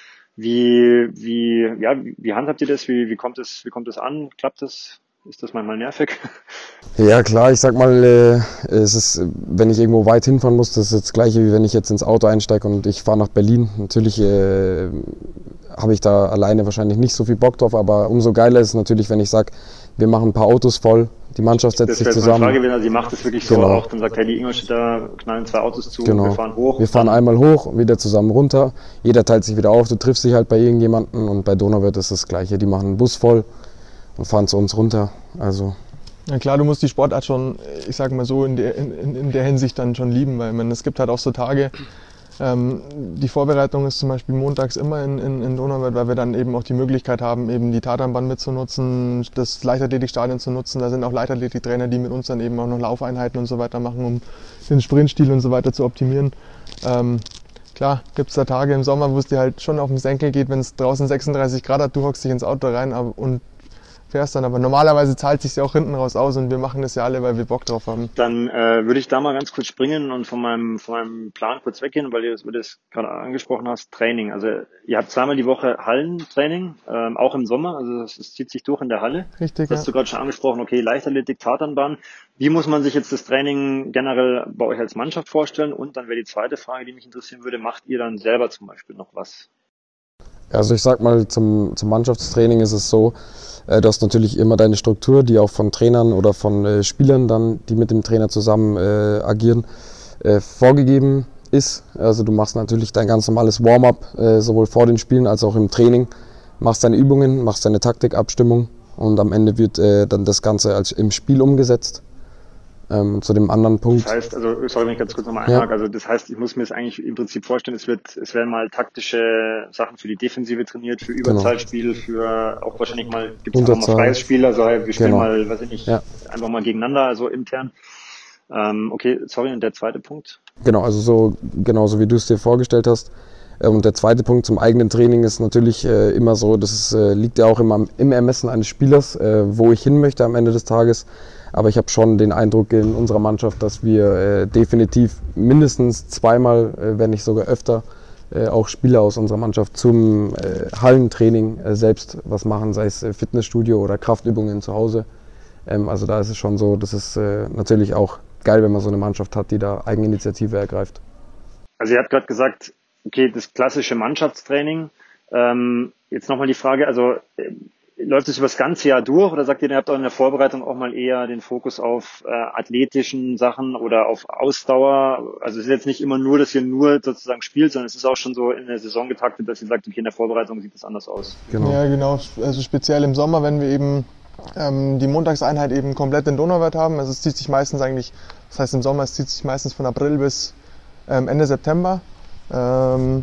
Wie, wie, ja, wie, wie handhabt ihr das? Wie, wie kommt es, wie kommt es an? Klappt das? Ist das manchmal nervig? Ja klar, ich sag mal, äh, es ist, wenn ich irgendwo weit hinfahren muss, das ist das Gleiche, wie wenn ich jetzt ins Auto einsteige und ich fahre nach Berlin. Natürlich äh, habe ich da alleine wahrscheinlich nicht so viel Bock drauf, aber umso geiler ist es natürlich, wenn ich sage, wir machen ein paar Autos voll, die Mannschaft setzt das sich wäre zusammen. Meine Frage, wenn sie macht es wirklich so genau. auch, dann sagt, hey, die Ingolstädter knallen zwei Autos zu, genau. wir fahren hoch. Wir fahren einmal hoch, wieder zusammen runter, jeder teilt sich wieder auf, du triffst dich halt bei irgendjemandem und bei Donauwörth ist das Gleiche, die machen einen Bus voll und fahren zu uns runter, also... Ja klar, du musst die Sportart schon, ich sag mal so, in der, in, in der Hinsicht dann schon lieben, weil man, es gibt halt auch so Tage, ähm, die Vorbereitung ist zum Beispiel montags immer in, in, in Donauwörth, weil wir dann eben auch die Möglichkeit haben, eben die Tatanbahn mitzunutzen, das Leichtathletikstadion zu nutzen. Da sind auch Leichtathletiktrainer, die mit uns dann eben auch noch Laufeinheiten und so weiter machen, um den Sprintstil und so weiter zu optimieren. Ähm, klar, gibt es da Tage im Sommer, wo es dir halt schon auf den Senkel geht, wenn es draußen sechsunddreißig Grad hat, du hockst dich ins Auto rein und fährst dann, aber normalerweise zahlt sich ja auch hinten raus aus und wir machen das ja alle, weil wir Bock drauf haben. Dann äh, würde ich da mal ganz kurz springen und von meinem von meinem Plan kurz weggehen, weil du das, das gerade angesprochen hast, Training. Also ihr habt zweimal die Woche Hallentraining, ähm, auch im Sommer, also es, es zieht sich durch in der Halle. Richtig, das hast ja. du gerade schon angesprochen, okay, Leichtathletik, Tatanbahn. Wie muss man sich jetzt das Training generell bei euch als Mannschaft vorstellen? Und dann wäre die zweite Frage, die mich interessieren würde, macht ihr dann selber zum Beispiel noch was? Also ich sag mal, zum, zum Mannschaftstraining ist es so, äh, du hast natürlich immer deine Struktur, die auch von Trainern oder von äh, Spielern dann, die mit dem Trainer zusammen äh, agieren, äh, vorgegeben ist. Also du machst natürlich dein ganz normales Warm-up, äh, sowohl vor den Spielen als auch im Training, machst deine Übungen, machst deine Taktikabstimmung und am Ende wird äh, dann das Ganze als im Spiel umgesetzt. Ähm, zu dem anderen Punkt. Das heißt, also, sorry, wenn ich ganz kurz nochmal einhake, ja. Also das heißt, ich muss mir es eigentlich im Prinzip vorstellen, es wird, es werden mal taktische Sachen für die Defensive trainiert, für Überzahlspiel, genau. Für auch wahrscheinlich mal, gibt es auch mal freies Spiel, also wir spielen genau. mal, weiß ich nicht, ja. einfach mal gegeneinander, also intern. Ähm, okay, sorry, und der zweite Punkt? Genau, also so, genauso wie du es dir vorgestellt hast. Und der zweite Punkt zum eigenen Training ist natürlich äh, immer so, das ist, äh, liegt ja auch immer im Ermessen eines Spielers, äh, wo ich hin möchte am Ende des Tages. Aber ich habe schon den Eindruck in unserer Mannschaft, dass wir äh, definitiv mindestens zweimal, äh, wenn nicht sogar öfter, äh, auch Spieler aus unserer Mannschaft zum äh, Hallentraining äh, selbst was machen, sei es äh, Fitnessstudio oder Kraftübungen zu Hause. Ähm, also da ist es schon so, das ist äh, natürlich auch geil, wenn man so eine Mannschaft hat, die da Eigeninitiative ergreift. Also ihr habt gerade gesagt, okay, das klassische Mannschaftstraining. Ähm, jetzt nochmal die Frage, also äh, läuft es über das ganze Jahr durch oder sagt ihr, ihr habt auch in der Vorbereitung auch mal eher den Fokus auf äh, athletischen Sachen oder auf Ausdauer? Also es ist jetzt nicht immer nur, dass ihr nur sozusagen spielt, sondern es ist auch schon so in der Saison getaktet, dass ihr sagt, okay, in der Vorbereitung sieht das anders aus. Genau. Ja, genau. Also speziell im Sommer, wenn wir eben ähm, die Montagseinheit eben komplett in Donauwörth haben. Also es zieht sich meistens eigentlich, das heißt im Sommer, es zieht sich meistens von April bis ähm, Ende September. Ähm,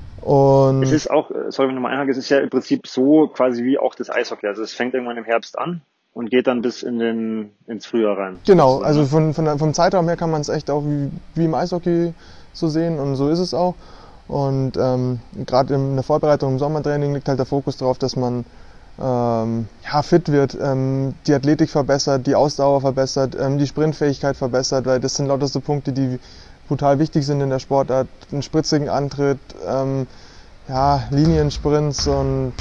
Und es ist auch, sorry, wenn ich nochmal einhake, es ist ja im Prinzip so quasi wie auch das Eishockey. Also es fängt irgendwann im Herbst an und geht dann bis in den, ins Frühjahr rein. Genau, also von, von, vom Zeitraum her kann man es echt auch wie, wie im Eishockey so sehen und so ist es auch. Und ähm, gerade in der Vorbereitung im Sommertraining liegt halt der Fokus darauf, dass man ähm, ja, fit wird, ähm, die Athletik verbessert, die Ausdauer verbessert, ähm, die Sprintfähigkeit verbessert, weil das sind lauter so Punkte, die brutal wichtig sind in der Sportart, einen spritzigen Antritt, ähm, ja, Liniensprints und...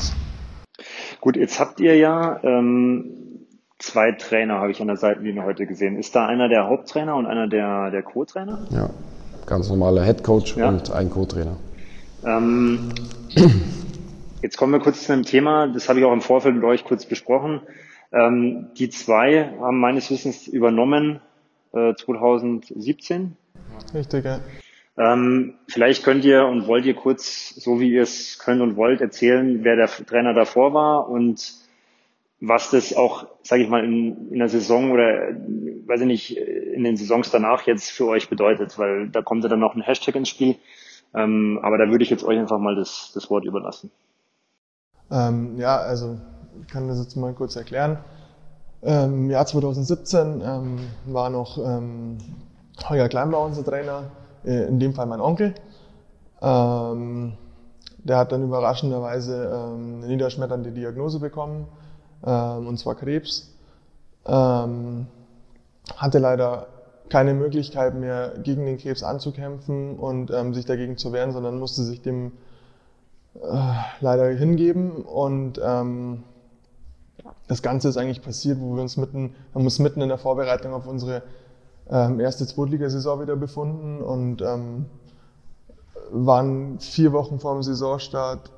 Gut, jetzt habt ihr ja ähm, zwei Trainer, habe ich an der Seitenlinie heute gesehen. Ist da einer der Haupttrainer und einer der, der Co-Trainer? Ja, ganz normaler Headcoach ja. Und ein Co-Trainer. Ähm, jetzt kommen wir kurz zu einem Thema, das habe ich auch im Vorfeld mit euch kurz besprochen. Ähm, die zwei haben meines Wissens übernommen äh, zwanzig siebzehn. Richtig, ja. Ähm, vielleicht könnt ihr und wollt ihr kurz, so wie ihr es könnt und wollt, erzählen, wer der Trainer davor war und was das auch, sage ich mal, in, in der Saison oder, weiß ich nicht, in den Saisons danach jetzt für euch bedeutet, weil da kommt ja dann noch ein Hashtag ins Spiel. Ähm, aber da würde ich jetzt euch einfach mal das, das Wort überlassen. Ähm, ja, also ich kann das jetzt mal kurz erklären. Ähm, Im Jahr zwanzig siebzehn ähm, war noch ähm, Holger Kleinbauer unser Trainer, in dem Fall mein Onkel. Ähm, der hat dann überraschenderweise ähm, eine niederschmetternde Diagnose bekommen, ähm, und zwar Krebs. Ähm, hatte leider keine Möglichkeit mehr, gegen den Krebs anzukämpfen und ähm, sich dagegen zu wehren, sondern musste sich dem äh, leider hingeben. Und ähm, das Ganze ist eigentlich passiert, wo wir uns mitten, wir haben uns mitten in der Vorbereitung auf unsere Ähm, erste Zweitligasaison wieder befunden und ähm, waren vier Wochen vor dem Saisonstart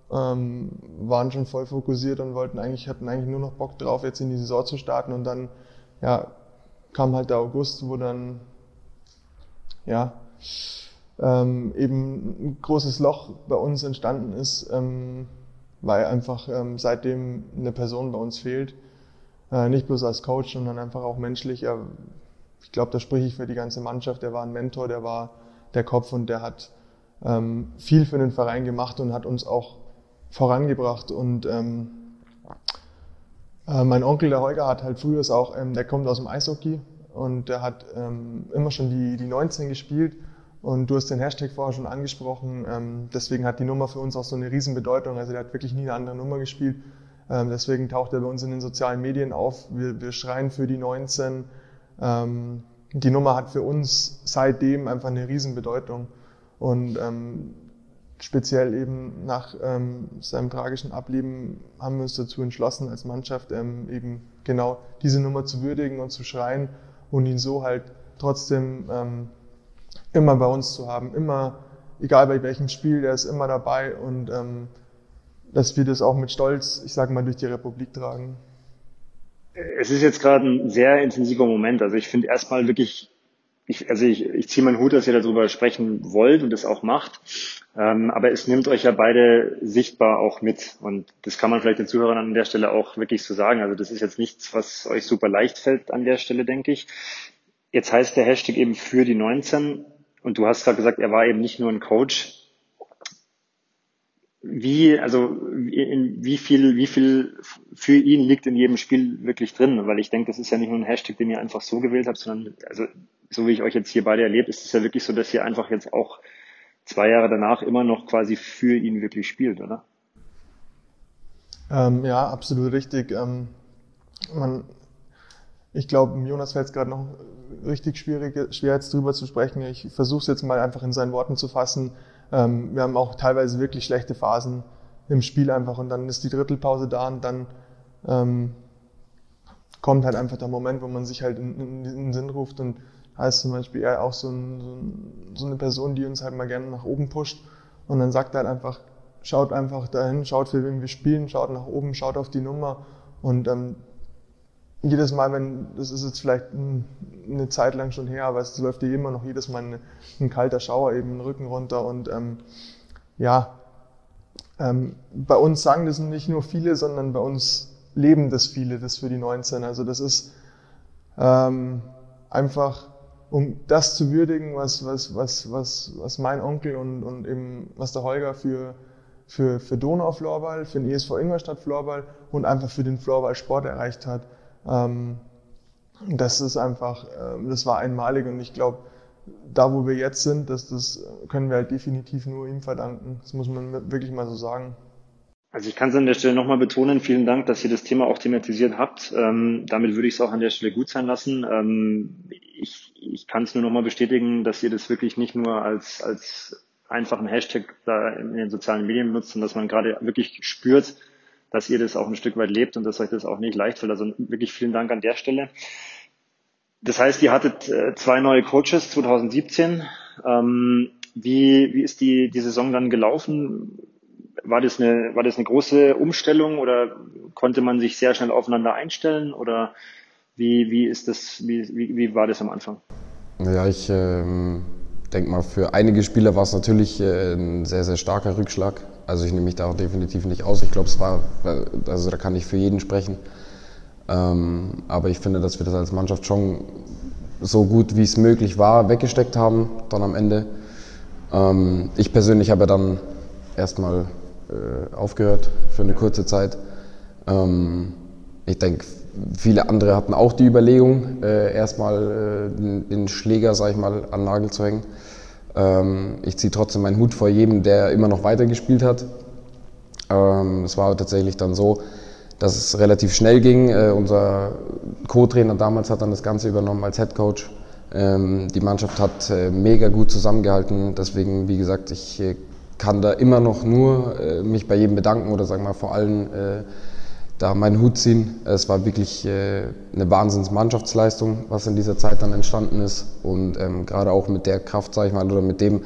ähm, waren schon voll fokussiert und wollten eigentlich, hatten eigentlich nur noch Bock drauf, jetzt in die Saison zu starten. Und dann ja, kam halt der August, wo dann ja, ähm, eben ein großes Loch bei uns entstanden ist, ähm, weil einfach ähm, seitdem eine Person bei uns fehlt. Äh, nicht bloß als Coach, sondern einfach auch menschlich. Er, ich glaube, da spreche ich für die ganze Mannschaft. Der war ein Mentor, der war der Kopf und der hat ähm, viel für den Verein gemacht und hat uns auch vorangebracht. Und ähm, äh, mein Onkel, der Holger, hat halt früher auch, ähm, der kommt aus dem Eishockey und der hat ähm, immer schon die, die neunzehn gespielt. Und du hast den Hashtag vorher schon angesprochen. Ähm, deswegen hat die Nummer für uns auch so eine Riesenbedeutung. Also der hat wirklich nie eine andere Nummer gespielt. Ähm, deswegen taucht er bei uns in den sozialen Medien auf. Wir, wir schreien für die neunzehn. Ähm, die Nummer hat für uns seitdem einfach eine Riesenbedeutung. Und ähm, speziell eben nach ähm, seinem tragischen Ableben haben wir uns dazu entschlossen, als Mannschaft ähm, eben genau diese Nummer zu würdigen und zu schreien und ihn so halt trotzdem ähm, immer bei uns zu haben. Immer, egal bei welchem Spiel, der ist immer dabei und ähm, dass wir das auch mit Stolz, ich sage mal, durch die Republik tragen. Es ist jetzt gerade ein sehr intensiver Moment. Also ich finde erstmal wirklich, ich, also ich, ich ziehe meinen Hut, dass ihr darüber sprechen wollt und das auch macht. Ähm, aber es nimmt euch ja beide sichtbar auch mit. Und das kann man vielleicht den Zuhörern an der Stelle auch wirklich so sagen. Also das ist jetzt nichts, was euch super leicht fällt an der Stelle, denke ich. Jetzt heißt der Hashtag eben für die neunzehn. Und du hast gerade gesagt, er war eben nicht nur ein Coach. Wie, also in wie viel, wie viel für ihn liegt in jedem Spiel wirklich drin? Weil ich denke, das ist ja nicht nur ein Hashtag, den ihr einfach so gewählt habt, sondern, also so wie ich euch jetzt hier beide erlebt, ist es ja wirklich so, dass ihr einfach jetzt auch zwei Jahre danach immer noch quasi für ihn wirklich spielt, oder? Ähm, ja, absolut richtig. Ähm, man, ich glaube, Jonas fällt es gerade noch richtig schwierig, schwer jetzt drüber zu sprechen. Ich versuche es jetzt mal einfach in seinen Worten zu fassen. Ähm, wir haben auch teilweise wirklich schlechte Phasen im Spiel einfach und dann ist die Drittelpause da und dann ähm, kommt halt einfach der Moment, wo man sich halt in, in, in den Sinn ruft und heißt zum Beispiel er auch so, ein, so, ein, so eine Person, die uns halt mal gerne nach oben pusht und dann sagt er halt einfach, schaut einfach dahin, schaut für wen wir spielen, schaut nach oben, schaut auf die Nummer und ähm, jedes Mal, wenn, das ist jetzt vielleicht eine Zeit lang schon her, aber es läuft dir immer noch jedes Mal ein, ein kalter Schauer eben den Rücken runter und ähm, ja, ähm, bei uns sagen das nicht nur viele, sondern bei uns leben das viele, das für die neunzehn. Also das ist ähm, einfach, um das zu würdigen, was, was, was, was, was mein Onkel und, und eben was der Holger für für, für Donau-Floorball, für den E S V Ingolstadt-Floorball und einfach für den Floorball-Sport erreicht hat. Ähm, das ist einfach, äh, das war einmalig und ich glaube, da wo wir jetzt sind, das, das können wir halt definitiv nur ihm verdanken. Das muss man wirklich mal so sagen. Also ich kann es an der Stelle nochmal betonen, vielen Dank, dass ihr das Thema auch thematisiert habt. Ähm, damit würde ich es auch an der Stelle gut sein lassen. Ähm, ich ich kann es nur nochmal bestätigen, dass ihr das wirklich nicht nur als als einfachen Hashtag da in den sozialen Medien benutzt, sondern dass man gerade wirklich spürt, dass ihr das auch ein Stück weit lebt und dass euch das auch nicht leicht fällt. Also wirklich vielen Dank an der Stelle. Das heißt, ihr hattet äh, zwei neue Coaches zwanzig siebzehn. Ähm, wie, wie ist die, die Saison dann gelaufen? War das eine, war das eine große Umstellung oder konnte man sich sehr schnell aufeinander einstellen oder wie, wie ist das, wie, wie, wie war das am Anfang? Ja, ich ähm, denke mal, für einige Spieler war es natürlich äh, ein sehr, sehr starker Rückschlag. Also ich nehme mich da auch definitiv nicht aus. Ich glaube, es war, also da kann ich für jeden sprechen. Ähm, aber ich finde, dass wir das als Mannschaft schon so gut wie es möglich war weggesteckt haben, dann am Ende. Ähm, ich persönlich habe ja dann erstmal äh, aufgehört für eine kurze Zeit. Ähm, ich denke, viele andere hatten auch die Überlegung, äh, erstmal äh, den, den Schläger, sag ich mal, an den Nagel zu hängen. Ähm, ich ziehe trotzdem meinen Hut vor jedem, der immer noch weitergespielt hat. Ähm, es war tatsächlich dann so, dass es relativ schnell ging. Äh, unser Co-Trainer damals hat dann das Ganze übernommen als Headcoach. Ähm, die Mannschaft hat äh, mega gut zusammengehalten. Deswegen, wie gesagt, ich äh, kann da immer noch nur äh, mich bei jedem bedanken oder sagen wir vor allem äh, da meinen Hut ziehen. Es war wirklich äh, eine Wahnsinns-Mannschaftsleistung, was in dieser Zeit dann entstanden ist. Und ähm, gerade auch mit der Kraft, sage ich mal, oder mit dem,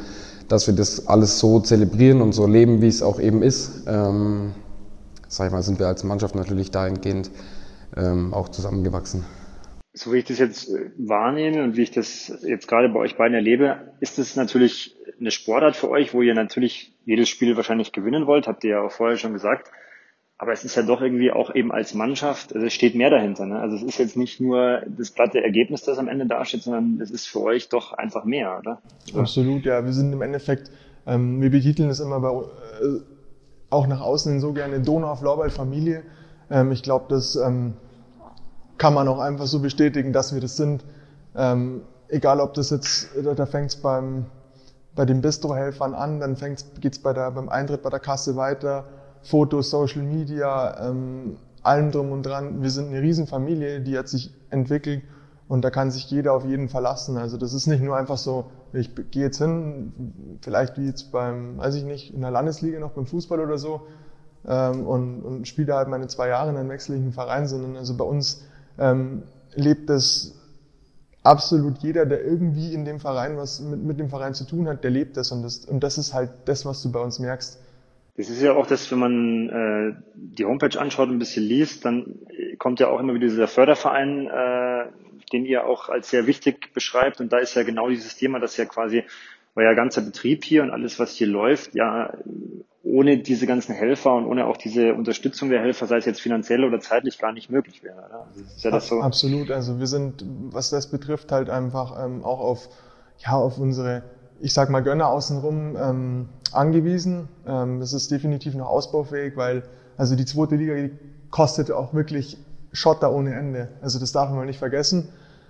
dass wir das alles so zelebrieren und so leben, wie es auch eben ist. Ähm, sag ich mal, sind wir als Mannschaft natürlich dahingehend ähm, auch zusammengewachsen. So wie ich das jetzt wahrnehme und wie ich das jetzt gerade bei euch beiden erlebe, ist es natürlich eine Sportart für euch, wo ihr natürlich jedes Spiel wahrscheinlich gewinnen wollt, habt ihr ja auch vorher schon gesagt. Aber es ist ja doch irgendwie auch eben als Mannschaft, also es steht mehr dahinter. Ne? Also es ist jetzt nicht nur das platte Ergebnis, das am Ende dasteht, sondern es ist für euch doch einfach mehr, oder? Ja. Absolut, ja. Wir sind im Endeffekt, ähm, wir betiteln es immer bei, äh, auch nach außen hin so gerne Donau-Floorball-Familie. Ähm, ich glaube, das ähm, kann man auch einfach so bestätigen, dass wir das sind. Ähm, egal, ob das jetzt, da fängt es beim bei den Bistro-Helfern an, dann geht es bei der, beim Eintritt bei der Kasse weiter, Fotos, Social Media, ähm, allem drum und dran. Wir sind eine Riesenfamilie, die hat sich entwickelt und da kann sich jeder auf jeden verlassen. Also das ist nicht nur einfach so, ich gehe jetzt hin, vielleicht wie jetzt beim, weiß ich nicht, in der Landesliga noch beim Fußball oder so ähm, und, und spiele halt meine zwei Jahre, dann wechsle ich einen Verein, sondern also bei uns ähm, lebt das absolut jeder, der irgendwie in dem Verein was mit, mit dem Verein zu tun hat, der lebt das und das und das ist halt das, was du bei uns merkst. Das ist ja auch das, wenn man äh, die Homepage anschaut und ein bisschen liest, dann kommt ja auch immer wieder dieser Förderverein, äh, den ihr auch als sehr wichtig beschreibt. Und da ist ja genau dieses Thema, dass ja quasi euer ganzer Betrieb hier und alles, was hier läuft, ja ohne diese ganzen Helfer und ohne auch diese Unterstützung der Helfer, sei es jetzt finanziell oder zeitlich, gar nicht möglich wäre. Oder? Also ist ja das so. Absolut. Also wir sind, was das betrifft, halt einfach ähm, auch auf, ja, auf unsere, ich sag mal, Gönner außenrum ähm, angewiesen. Ähm, das ist definitiv noch ausbaufähig, weil also die zweite Liga, die kostet auch wirklich Schotter ohne Ende. Also das darf man nicht vergessen.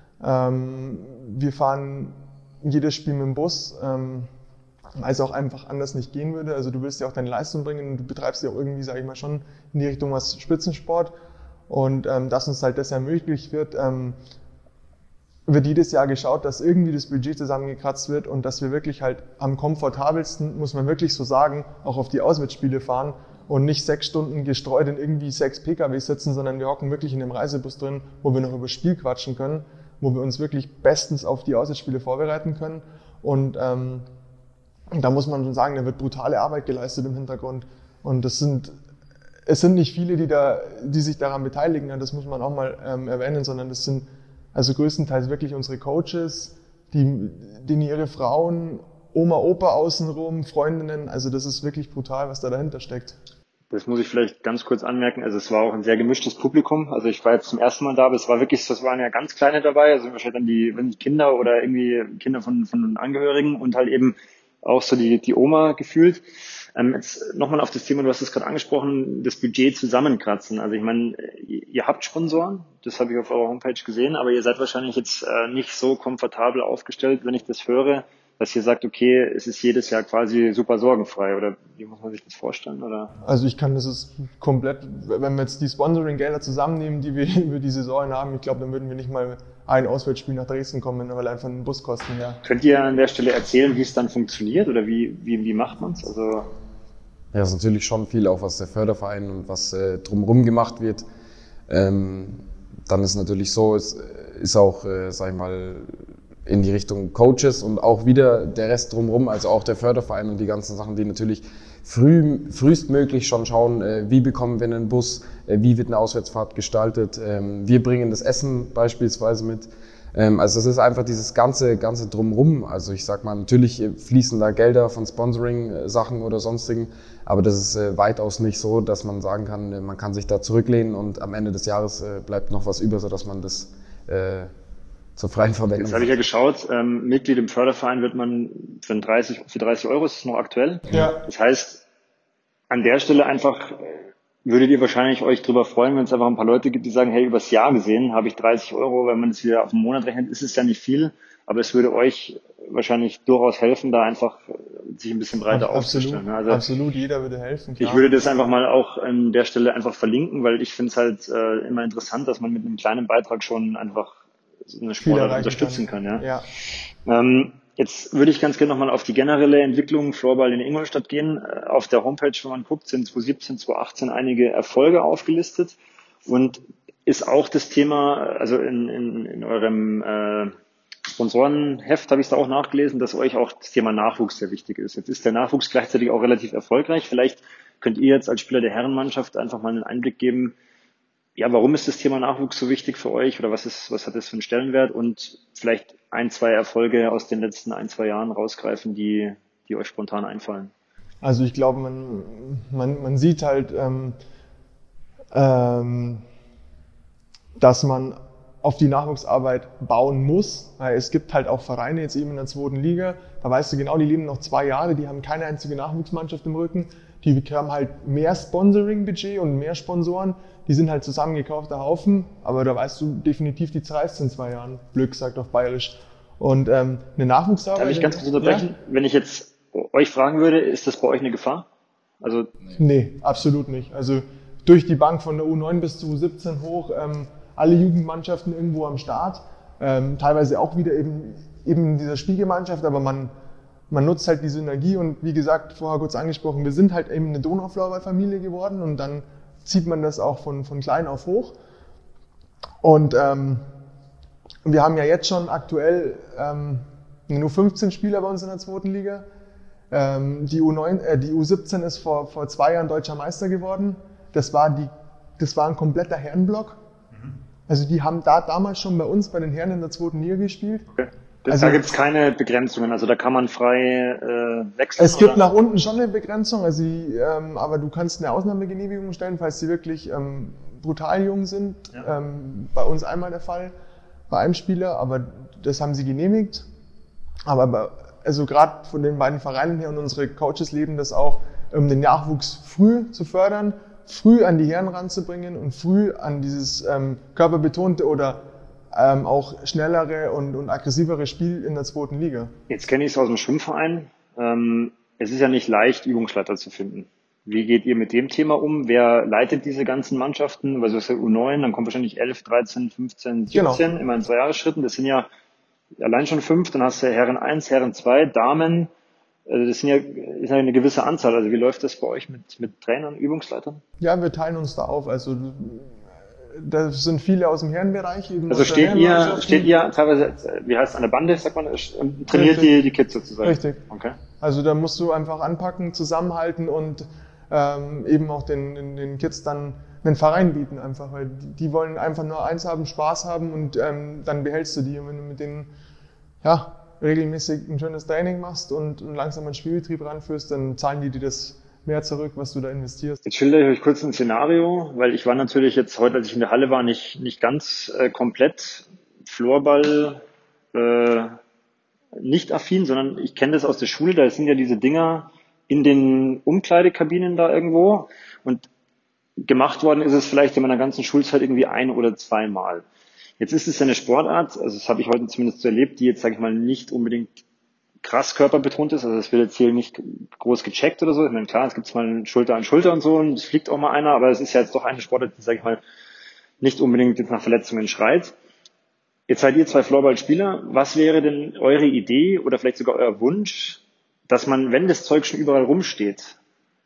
Ähm, wir fahren jedes Spiel mit dem Bus, ähm, weil es auch einfach anders nicht gehen würde. Also du willst ja auch deine Leistung bringen und du betreibst ja auch irgendwie, sage ich mal, schon in die Richtung was Spitzensport. Und ähm, dass uns halt das ermöglicht wird, ähm, wird jedes Jahr geschaut, dass irgendwie das Budget zusammengekratzt wird und dass wir wirklich halt am komfortabelsten, muss man wirklich so sagen, auch auf die Auswärtsspiele fahren und nicht sechs Stunden gestreut in irgendwie sechs P K W sitzen, sondern wir hocken wirklich in dem Reisebus drin, wo wir noch über das Spiel quatschen können, wo wir uns wirklich bestens auf die Auswärtsspiele vorbereiten können. Und ähm, da muss man schon sagen, da wird brutale Arbeit geleistet im Hintergrund. Und das sind, es sind nicht viele, die da, die sich daran beteiligen, das muss man auch mal ähm, erwähnen, sondern das sind also größtenteils wirklich unsere Coaches, die, denen ihre Frauen, Oma, Opa außenrum, Freundinnen, also das ist wirklich brutal, was da dahinter steckt. Das muss ich vielleicht ganz kurz anmerken. Also es war auch ein sehr gemischtes Publikum. Also ich war jetzt zum ersten Mal da, aber es war wirklich, das waren ja ganz kleine dabei, also wahrscheinlich dann die, wenn die Kinder oder irgendwie Kinder von, von Angehörigen und halt eben auch so die, die Oma gefühlt. Ähm, jetzt nochmal auf das Thema, du hast es gerade angesprochen, das Budget zusammenkratzen. Also ich meine, ihr habt Sponsoren, das habe ich auf eurer Homepage gesehen, aber ihr seid wahrscheinlich jetzt äh, nicht so komfortabel aufgestellt, wenn ich das höre, dass ihr sagt, okay, es ist jedes Jahr quasi super sorgenfrei, oder wie muss man sich das vorstellen? Oder? Also ich kann das ist komplett, wenn wir jetzt die Sponsoring-Gelder zusammennehmen, die wir über die Saison haben, ich glaube, dann würden wir nicht mal ein Auswärtsspiel nach Dresden kommen, weil einfach den Buskosten her. Könnt ihr an der Stelle erzählen, wie es dann funktioniert oder wie, wie, wie macht man es? Also ja, es ist natürlich schon viel, auch was der Förderverein und was äh, drumherum gemacht wird. Ähm, dann ist natürlich so, es ist auch, äh, sag ich mal, in die Richtung Coaches und auch wieder der Rest drumherum, also auch der Förderverein und die ganzen Sachen, die natürlich früh, frühestmöglich schon schauen, äh, wie bekommen wir einen Bus, äh, wie wird eine Auswärtsfahrt gestaltet. Ähm, wir bringen das Essen beispielsweise mit. Ähm, also es ist einfach dieses ganze, ganze Drumherum. Also ich sag mal, natürlich fließen da Gelder von Sponsoring-Sachen oder sonstigen, aber das ist äh, weitaus nicht so, dass man sagen kann, äh, man kann sich da zurücklehnen und am Ende des Jahres äh, bleibt noch was über, sodass man das äh, zur freien Verwendung. Jetzt habe ich ja geschaut, ähm, Mitglied im Förderverein wird man für dreißig, für dreißig Euro, ist es noch aktuell. Ja. Das heißt, an der Stelle einfach würdet ihr wahrscheinlich euch drüber freuen, wenn es einfach ein paar Leute gibt, die sagen, hey, übers Jahr gesehen habe ich dreißig Euro, wenn man es wieder auf den Monat rechnet, ist es ja nicht viel, aber es würde euch wahrscheinlich durchaus helfen, da einfach sich ein bisschen breiter absolut, aufzustellen. Also absolut, jeder würde helfen. Klar. Ich würde das einfach mal auch an der Stelle einfach verlinken, weil ich finde es halt äh, immer interessant, dass man mit einem kleinen Beitrag schon einfach so eine Sportart unterstützen kann. kann ja. ja. Ähm, jetzt würde ich ganz gerne nochmal auf die generelle Entwicklung Floorball in Ingolstadt gehen. Auf der Homepage, wenn man guckt, sind zwanzig siebzehn, zwanzig achtzehn einige Erfolge aufgelistet und ist auch das Thema, also in, in, in eurem äh, Sponsorenheft habe ich da auch nachgelesen, dass euch auch das Thema Nachwuchs sehr wichtig ist. Jetzt ist der Nachwuchs gleichzeitig auch relativ erfolgreich. Vielleicht könnt ihr jetzt als Spieler der Herrenmannschaft einfach mal einen Einblick geben, ja, warum ist das Thema Nachwuchs so wichtig für euch oder was ist, was hat das für einen Stellenwert und vielleicht ein, zwei Erfolge aus den letzten ein, zwei Jahren rausgreifen, die, die euch spontan einfallen. Also ich glaube, man, man, man sieht halt, ähm, ähm, dass man auf die Nachwuchsarbeit bauen muss. Es gibt halt auch Vereine jetzt eben in der zweiten Liga, da weißt du genau, die leben noch zwei Jahre, die haben keine einzige Nachwuchsmannschaft im Rücken, die bekommen halt mehr Sponsoring-Budget und mehr Sponsoren, die sind halt zusammengekaufter Haufen, aber da weißt du definitiv, die zerreißt in zwei Jahren, blöd gesagt auf Bayerisch. Und ähm, eine Nachwuchsarbeit... Darf ich ganz kurz unterbrechen? Ja? Wenn ich jetzt euch fragen würde, ist das bei euch eine Gefahr? Also nee, absolut nicht. Also durch die Bank von der U neun bis zur U siebzehn hoch, ähm, alle Jugendmannschaften irgendwo am Start, ähm, teilweise auch wieder eben, eben in dieser Spielgemeinschaft, aber man, man nutzt halt die Synergie und wie gesagt, vorher kurz angesprochen, wir sind halt eben eine Donauflauber-Familie geworden und dann zieht man das auch von, von klein auf hoch. Und ähm, wir haben ja jetzt schon aktuell ähm, nur fünfzehn Spieler bei uns in der zweiten Liga. Ähm, die U neun, äh, die U siebzehn ist vor, vor zwei Jahren deutscher Meister geworden. Das war, die, das war ein kompletter Herrenblock. Also die haben da damals schon bei uns, bei den Herren in der zweiten Liga gespielt. Okay. Das, Also, da gibt es keine Begrenzungen, also da kann man frei äh, wechseln? Es gibt oder? nach unten schon eine Begrenzung, also die, ähm, aber du kannst eine Ausnahmegenehmigung stellen, falls sie wirklich ähm, brutal jung sind. Ja. Ähm, bei uns einmal der Fall, bei einem Spieler, aber das haben sie genehmigt. Aber bei, also gerade von den beiden Vereinen her und unsere Coaches leben das auch, um den Nachwuchs früh zu fördern, früh an die Herren ranzubringen und früh an dieses ähm, körperbetonte oder ähm, auch schnellere und, und aggressivere Spiel in der zweiten Liga. Jetzt kenne ich es aus dem Schwimmverein. Ähm, es ist ja nicht leicht, Übungsleiter zu finden. Wie geht ihr mit dem Thema um? Wer leitet diese ganzen Mannschaften? Also das ist ja U neun, dann kommt wahrscheinlich elf, dreizehn, fünfzehn, siebzehn, genau. Immer in zwei Jahresschritten. Das sind ja allein schon fünf, dann hast du Herren eins, Herren zwei, Damen. Also das sind ja, ist ja eine gewisse Anzahl. Also wie läuft das bei euch mit, mit Trainern, Übungsleitern? Ja, wir teilen uns da auf. Also da sind viele aus dem Herrenbereich. Eben also steht ihr, steht ihr teilweise, wie heißt es, an der Bande, sagt man, trainiert die, die Kids sozusagen? Richtig. Okay. Also da musst du einfach anpacken, zusammenhalten und ähm, eben auch den, den, den Kids dann einen Verein bieten einfach, weil die, die wollen einfach nur eins haben, Spaß haben und ähm, dann behältst du die. Und wenn du mit denen, ja, regelmäßig ein schönes Training machst und, und langsam einen Spielbetrieb ranführst, dann zahlen die dir das mehr zurück, was du da investierst. Jetzt schildere ich euch kurz ein Szenario, weil ich war natürlich jetzt heute, als ich in der Halle war, nicht, nicht ganz äh, komplett Floorball äh, nicht affin, sondern ich kenne das aus der Schule, da sind ja diese Dinger in den Umkleidekabinen da irgendwo und gemacht worden ist es vielleicht in meiner ganzen Schulzeit irgendwie ein- oder zweimal. Jetzt ist es eine Sportart, also das habe ich heute zumindest so erlebt, die jetzt, sage ich mal, nicht unbedingt krass körperbetont ist, also das wird jetzt hier nicht groß gecheckt oder so. Ich meine, klar, es gibt mal Schulter an Schulter und so und es fliegt auch mal einer, aber es ist ja jetzt doch eine Sportart, die, sage ich mal, nicht unbedingt jetzt nach Verletzungen schreit. Jetzt seid ihr zwei Floorballspieler. Was wäre denn eure Idee oder vielleicht sogar euer Wunsch, dass man, wenn das Zeug schon überall rumsteht,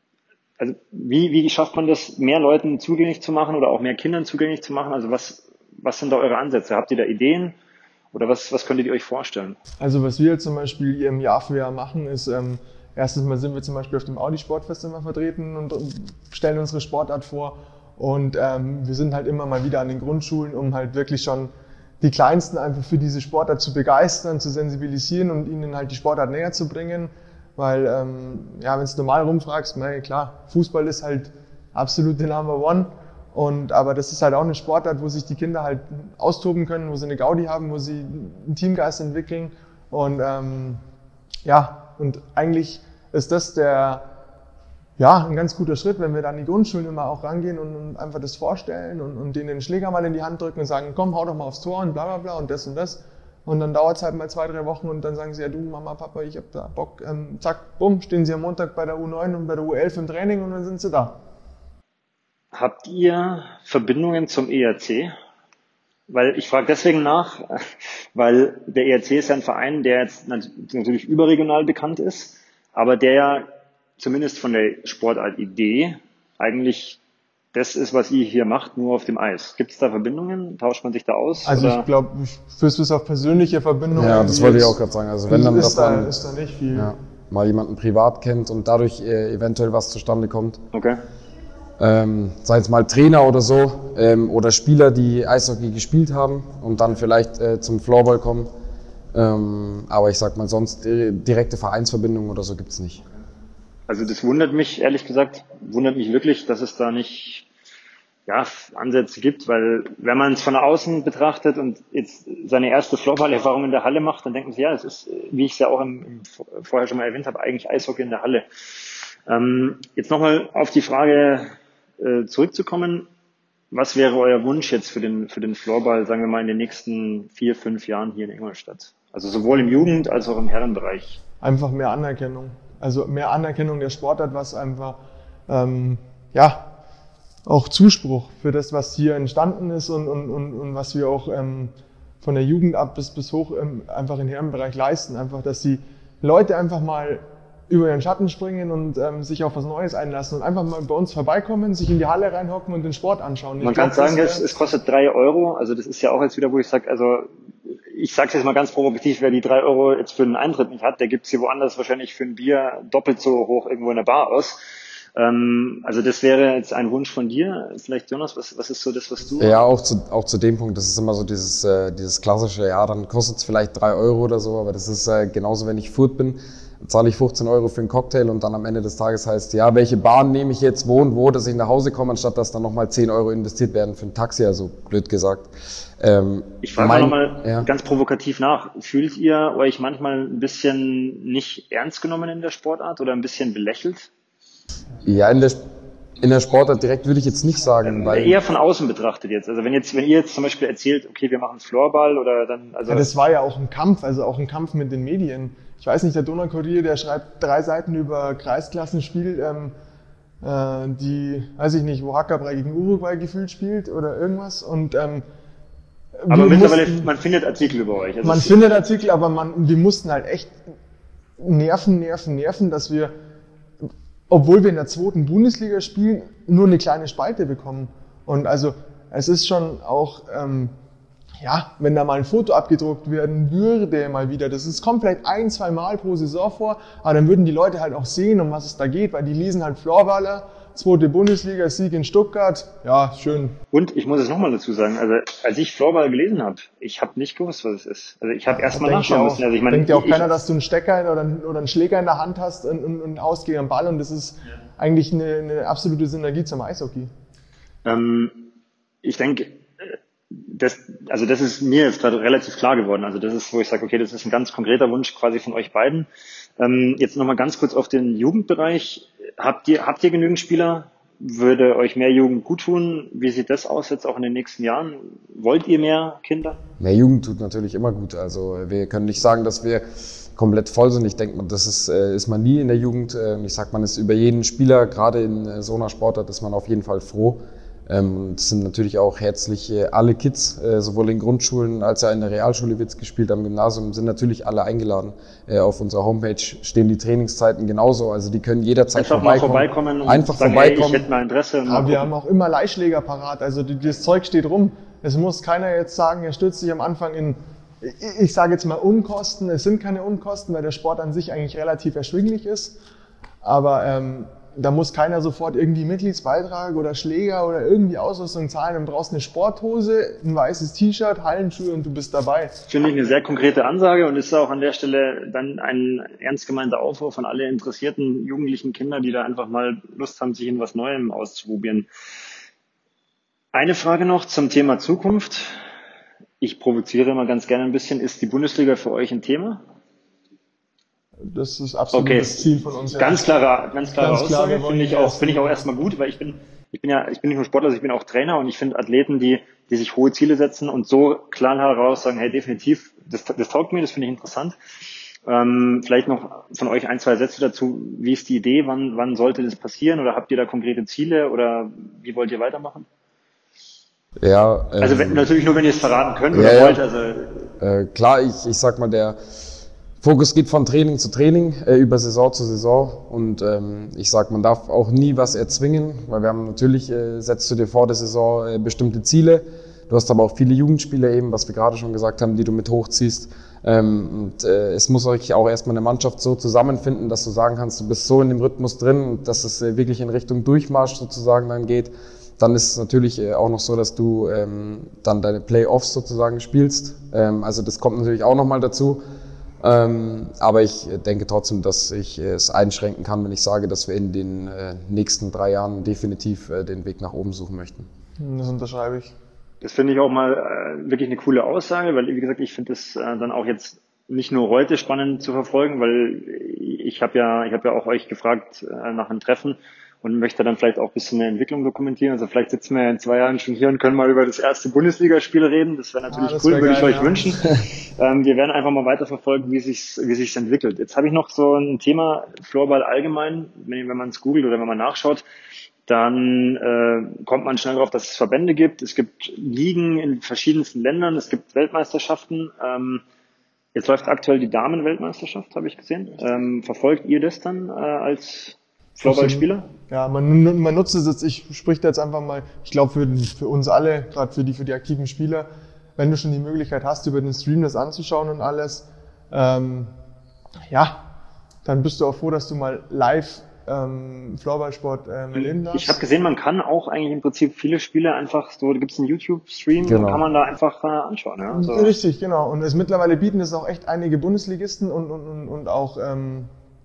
also wie, wie schafft man das, mehr Leuten zugänglich zu machen oder auch mehr Kindern zugänglich zu machen? Also was, was sind da eure Ansätze? Habt ihr da Ideen? Oder was, was könntet ihr euch vorstellen? Also was wir zum Beispiel im Jahr für Jahr machen, ist ähm, erstens mal sind wir zum Beispiel auf dem Audi Sportfestival vertreten und stellen unsere Sportart vor. Und ähm, wir sind halt immer mal wieder an den Grundschulen, um halt wirklich schon die Kleinsten einfach für diese Sportart zu begeistern, zu sensibilisieren und ihnen halt die Sportart näher zu bringen. Weil, ähm, ja, wenn du normal rumfragst, na klar, Fußball ist halt absolut der Number One. Und, aber das ist halt auch eine Sportart, wo sich die Kinder halt austoben können, wo sie eine Gaudi haben, wo sie einen Teamgeist entwickeln. Und ähm, ja, und eigentlich ist das der, ja, ein ganz guter Schritt, wenn wir dann in die Grundschulen immer auch rangehen und, und einfach das vorstellen und, und denen den Schläger mal in die Hand drücken und sagen, komm, hau doch mal aufs Tor und bla bla bla und das und das. Und dann dauert es halt mal zwei, drei Wochen und dann sagen sie, ja du Mama, Papa, ich hab da Bock. Ähm, zack, bumm, stehen sie am Montag bei der U neun und bei der U elf im Training und dann sind sie da. Habt ihr Verbindungen zum E R C? Weil ich frage deswegen nach, weil der E R C ist ja ein Verein, der jetzt natürlich überregional bekannt ist, aber der ja zumindest von der Sportart-Idee eigentlich das ist, was ihr hier macht, nur auf dem Eis. Gibt es da Verbindungen? Tauscht man sich da aus? Also oder? ich glaube, fürs bis auf persönliche Verbindungen. Ja, das wollte ich auch gerade sagen. Also wenn dann, ist, dass da, man ist da nicht viel. ja, mal jemanden privat kennt und dadurch äh, eventuell was zustande kommt. Okay. Ähm, sei es mal Trainer oder so, ähm, oder Spieler, die Eishockey gespielt haben und dann vielleicht äh, zum Floorball kommen. Ähm, aber ich sag mal, sonst äh, direkte Vereinsverbindungen oder so gibt's nicht. Also das wundert mich, ehrlich gesagt, wundert mich wirklich, dass es da nicht ja, Ansätze gibt, weil wenn man es von außen betrachtet und jetzt seine erste Floorball-Erfahrung in der Halle macht, dann denkt man sich, ja, es ist, wie ich es ja auch im, im, vorher schon mal erwähnt habe, eigentlich Eishockey in der Halle. Ähm, jetzt nochmal auf die Frage äh, zurückzukommen, was wäre euer Wunsch jetzt für den, für den Floorball, sagen wir mal, in den nächsten vier, fünf Jahren hier in Ingolstadt? Also sowohl im Jugend- als auch im Herrenbereich. Einfach mehr Anerkennung. Also mehr Anerkennung der Sportart, was einfach, ähm, ja, auch Zuspruch für das, was hier entstanden ist und, und, und, und was wir auch ähm, von der Jugend ab bis, bis hoch ähm, einfach im Herrenbereich leisten. Einfach, dass die Leute einfach mal über ihren Schatten springen und ähm, sich auf was Neues einlassen und einfach mal bei uns vorbeikommen, sich in die Halle reinhocken und den Sport anschauen. Man kann sagen, es, es kostet drei Euro. Also das ist ja auch jetzt wieder, wo ich sage, also ich sage jetzt mal ganz provokativ, wer die drei Euro jetzt für einen Eintritt nicht hat, der gibt es hier woanders wahrscheinlich für ein Bier doppelt so hoch irgendwo in der Bar aus. Ähm, also das wäre jetzt ein Wunsch von dir. Vielleicht Jonas, was, was ist so das, was du... Ja, auch zu, auch zu dem Punkt, das ist immer so dieses, äh, dieses klassische, ja, dann kostet es vielleicht drei Euro oder so, aber das ist äh, genauso, wenn ich Furt bin, zahle ich fünfzehn Euro für einen Cocktail und dann am Ende des Tages heißt, ja, welche Bahn nehme ich jetzt, wo und wo, dass ich nach Hause komme, anstatt dass dann nochmal zehn Euro investiert werden für ein Taxi, also blöd gesagt. Ähm, ich frage nochmal ja. ganz provokativ nach, fühlt ihr euch manchmal ein bisschen nicht ernst genommen in der Sportart oder ein bisschen belächelt? Ja, in der, in der Sportart direkt würde ich jetzt nicht sagen, weil... Eher von außen betrachtet jetzt. Also wenn jetzt, wenn ihr jetzt zum Beispiel erzählt, okay, wir machen Floorball oder dann, also... Ja, das war ja auch ein Kampf, also auch ein Kampf mit den Medien. Ich weiß nicht, der Donaukurier, der schreibt drei Seiten über Kreisklassenspiel, ähm, äh, die, weiß ich nicht, wo Hackerbrei gegen Uruguay gefühlt spielt oder irgendwas und, ähm, aber mittlerweile, mussten, man findet Artikel über euch. Also man findet Artikel, aber man, wir mussten halt echt nerven, nerven, nerven, dass wir, obwohl wir in der zweiten Bundesliga spielen, nur eine kleine Spalte bekommen. Und also es ist schon auch, ähm, ja, wenn da mal ein Foto abgedruckt werden würde, mal wieder, das ist komplett ein, zwei Mal pro Saison vor, aber dann würden die Leute halt auch sehen, um was es da geht, weil die lesen halt Floorballer, zweite Bundesliga, Sieg in Stuttgart, ja, schön. Und ich muss es nochmal dazu sagen, also als ich Floorball gelesen habe, ich habe nicht gewusst, was es ist. Also ich habe erst mal nachschauen müssen. Also ich meine, denkt ja auch ich, keiner, dass du einen Stecker oder einen, oder einen Schläger in der Hand hast und, und, und haust gegen einen Ball und das ist ja. eigentlich eine, eine absolute Synergie zum Eishockey. Ähm, ich denke, das, also das ist mir jetzt gerade relativ klar geworden. Also das ist, wo ich sage, okay, das ist ein ganz konkreter Wunsch quasi von euch beiden. Ähm, jetzt nochmal ganz kurz auf den Jugendbereich. Habt ihr, habt ihr genügend Spieler? Würde euch mehr Jugend gut tun? Wie sieht das aus jetzt auch in den nächsten Jahren? Wollt ihr mehr Kinder? Mehr Jugend tut natürlich immer gut. Also wir können nicht sagen, dass wir komplett voll sind. Ich denke, das ist, ist man nie in der Jugend. Ich sag, man ist über jeden Spieler, gerade in so einer Sportart, ist man auf jeden Fall froh. Es sind natürlich auch herzlich alle Kids, sowohl in Grundschulen als auch in der Realschule wird's gespielt, am Gymnasium sind natürlich alle eingeladen. Auf unserer Homepage stehen die Trainingszeiten genauso, also die können jederzeit einfach vorbeikommen. Mal vorbeikommen und einfach sagen, vorbeikommen. Hey, ich hätte mal Interesse. Und aber wir haben auch immer Leihschläger parat, also das Zeug steht rum. Es muss keiner jetzt sagen, er stürzt sich am Anfang in, ich sage jetzt mal Unkosten. Es sind keine Unkosten, weil der Sport an sich eigentlich relativ erschwinglich ist. Aber ähm, da muss keiner sofort irgendwie Mitgliedsbeitrag oder Schläger oder irgendwie Ausrüstung zahlen. Du brauchst eine Sporthose, ein weißes T-Shirt, Hallenschuhe und du bist dabei. Finde ich eine sehr konkrete Ansage und ist auch an der Stelle dann ein ernst gemeinter Aufruf von alle interessierten jugendlichen Kinder, die da einfach mal Lust haben, sich in was Neuem auszuprobieren. Eine Frage noch zum Thema Zukunft. Ich provoziere immer ganz gerne ein bisschen. Ist die Bundesliga für euch ein Thema? Das ist absolut okay. das Ziel von uns. Ganz klare, ganz klare ganz Aussage. Klar, finde ich auch, finde ich auch erstmal gut, weil ich bin, ich bin ja, ich bin nicht nur Sportler, ich bin auch Trainer und ich finde Athleten, die, die sich hohe Ziele setzen und so klar heraus sagen, hey, definitiv, das, das taugt mir, das finde ich interessant. Ähm, vielleicht noch von euch ein, zwei Sätze dazu. Wie ist die Idee? Wann, wann sollte das passieren? Oder habt ihr da konkrete Ziele? Oder wie wollt ihr weitermachen? Ja, also wenn, ähm, natürlich nur, wenn ihr es verraten könnt ja, oder ja. wollt. Also äh, klar, ich, ich sag mal, der Fokus geht von Training zu Training, äh, über Saison zu Saison und ähm, ich sag, man darf auch nie was erzwingen, weil wir haben natürlich, äh, setzt du dir vor der Saison äh, bestimmte Ziele, du hast aber auch viele Jugendspieler eben, was wir gerade schon gesagt haben, die du mit hochziehst ähm, und äh, es muss euch auch erstmal eine Mannschaft so zusammenfinden, dass du sagen kannst, du bist so in dem Rhythmus drin und dass es äh, wirklich in Richtung Durchmarsch sozusagen dann geht. Dann ist es natürlich äh, auch noch so, dass du ähm, dann deine Playoffs sozusagen spielst, ähm, also das kommt natürlich auch nochmal dazu. Ähm, aber ich denke trotzdem, dass ich äh, es einschränken kann, wenn ich sage, dass wir in den äh, nächsten drei Jahren definitiv äh, den Weg nach oben suchen möchten. Das unterschreibe ich. Das finde ich auch mal äh, wirklich eine coole Aussage, weil, wie gesagt, ich finde es äh, dann auch jetzt nicht nur heute spannend zu verfolgen, weil ich habe ja, ich habe ja auch euch gefragt äh, nach einem Treffen und möchte dann vielleicht auch ein bisschen eine Entwicklung dokumentieren. Also vielleicht sitzen wir in zwei Jahren schon hier und können mal über das erste Bundesligaspiel reden. Das wäre natürlich ah, das cool, wär würde geil, ich euch ja. wünschen. ähm, wir werden einfach mal weiterverfolgen, wie sich's, wie sich's entwickelt. Jetzt habe ich noch so ein Thema, Floorball allgemein. Wenn, wenn man es googelt oder wenn man nachschaut, dann äh, kommt man schnell darauf, dass es Verbände gibt. Es gibt Ligen in verschiedensten Ländern. Es gibt Weltmeisterschaften. Ähm, jetzt läuft aktuell die Damenweltmeisterschaft, habe ich gesehen. Ähm, verfolgt ihr das dann äh, als Floorballspieler? Ja, man, man nutzt es jetzt, ich spreche da jetzt einfach mal, ich glaube für, für uns alle, gerade für die, für die aktiven Spieler, wenn du schon die Möglichkeit hast, über den Stream das anzuschauen und alles, ähm, ja, dann bist du auch froh, dass du mal live ähm, Floorballsport ähm, erleben darfst. Ich habe gesehen, man kann auch eigentlich im Prinzip viele Spiele einfach so, da gibt es einen YouTube-Stream, genau. kann man da einfach äh, anschauen. Ja? So. Richtig, genau. Und es mittlerweile bieten es auch echt einige Bundesligisten und, und, und, und auch ähm,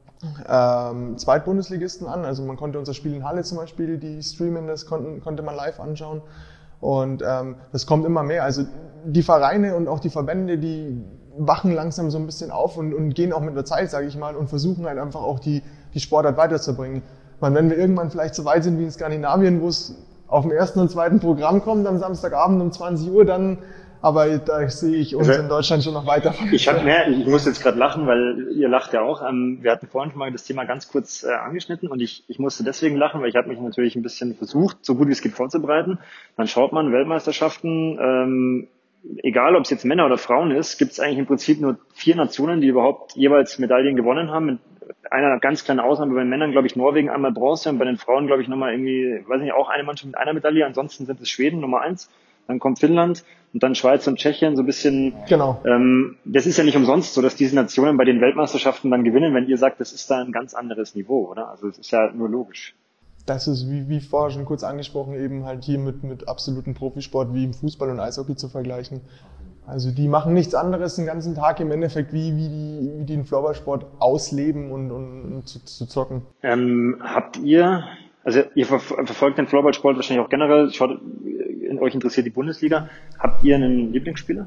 Ähm, Zweitbundesligisten an, also man konnte unser Spiel in Halle zum Beispiel, die streamen, das konnten, konnte man live anschauen und ähm, das kommt immer mehr, also die Vereine und auch die Verbände, die wachen langsam so ein bisschen auf und, und gehen auch mit der Zeit, sage ich mal, und versuchen halt einfach auch die, die Sportart weiterzubringen. Ich meine, wenn wir irgendwann vielleicht so weit sind wie in Skandinavien, wo es auf dem ersten und zweiten Programm kommt am Samstagabend um zwanzig Uhr, dann aber da sehe ich uns also, in Deutschland schon noch weiter. Ich hab mehr, ich muss jetzt gerade lachen, weil ihr lacht ja auch. Wir hatten vorhin schon mal das Thema ganz kurz äh, angeschnitten und ich, ich musste deswegen lachen, weil ich habe mich natürlich ein bisschen versucht, so gut wie es geht vorzubereiten. Dann schaut man Weltmeisterschaften, ähm, egal ob es jetzt Männer oder Frauen ist, gibt es eigentlich im Prinzip nur vier Nationen, die überhaupt jeweils Medaillen gewonnen haben. Mit einer ganz kleinen Ausnahme bei den Männern, glaube ich, Norwegen einmal Bronze und bei den Frauen, glaube ich, nochmal irgendwie, weiß nicht, auch eine Mannschaft mit einer Medaille. Ansonsten sind es Schweden Nummer eins. Dann kommt Finnland und dann Schweiz und Tschechien so ein bisschen. Genau. Ähm, das ist ja nicht umsonst so, dass diese Nationen bei den Weltmeisterschaften dann gewinnen, wenn ihr sagt, das ist da ein ganz anderes Niveau, oder? Also das ist ja nur logisch. Das ist, wie, wie vorher schon kurz angesprochen, eben halt hier mit, mit absoluten Profisport wie im Fußball und Eishockey zu vergleichen. Also die machen nichts anderes den ganzen Tag im Endeffekt, wie, wie, die, wie die den Floorballsport ausleben und, und, und zu, zu zocken. Ähm, habt ihr, also ihr ver- verfolgt den Floorballsport wahrscheinlich auch generell, schaut, euch interessiert die Bundesliga. Habt ihr einen Lieblingsspieler?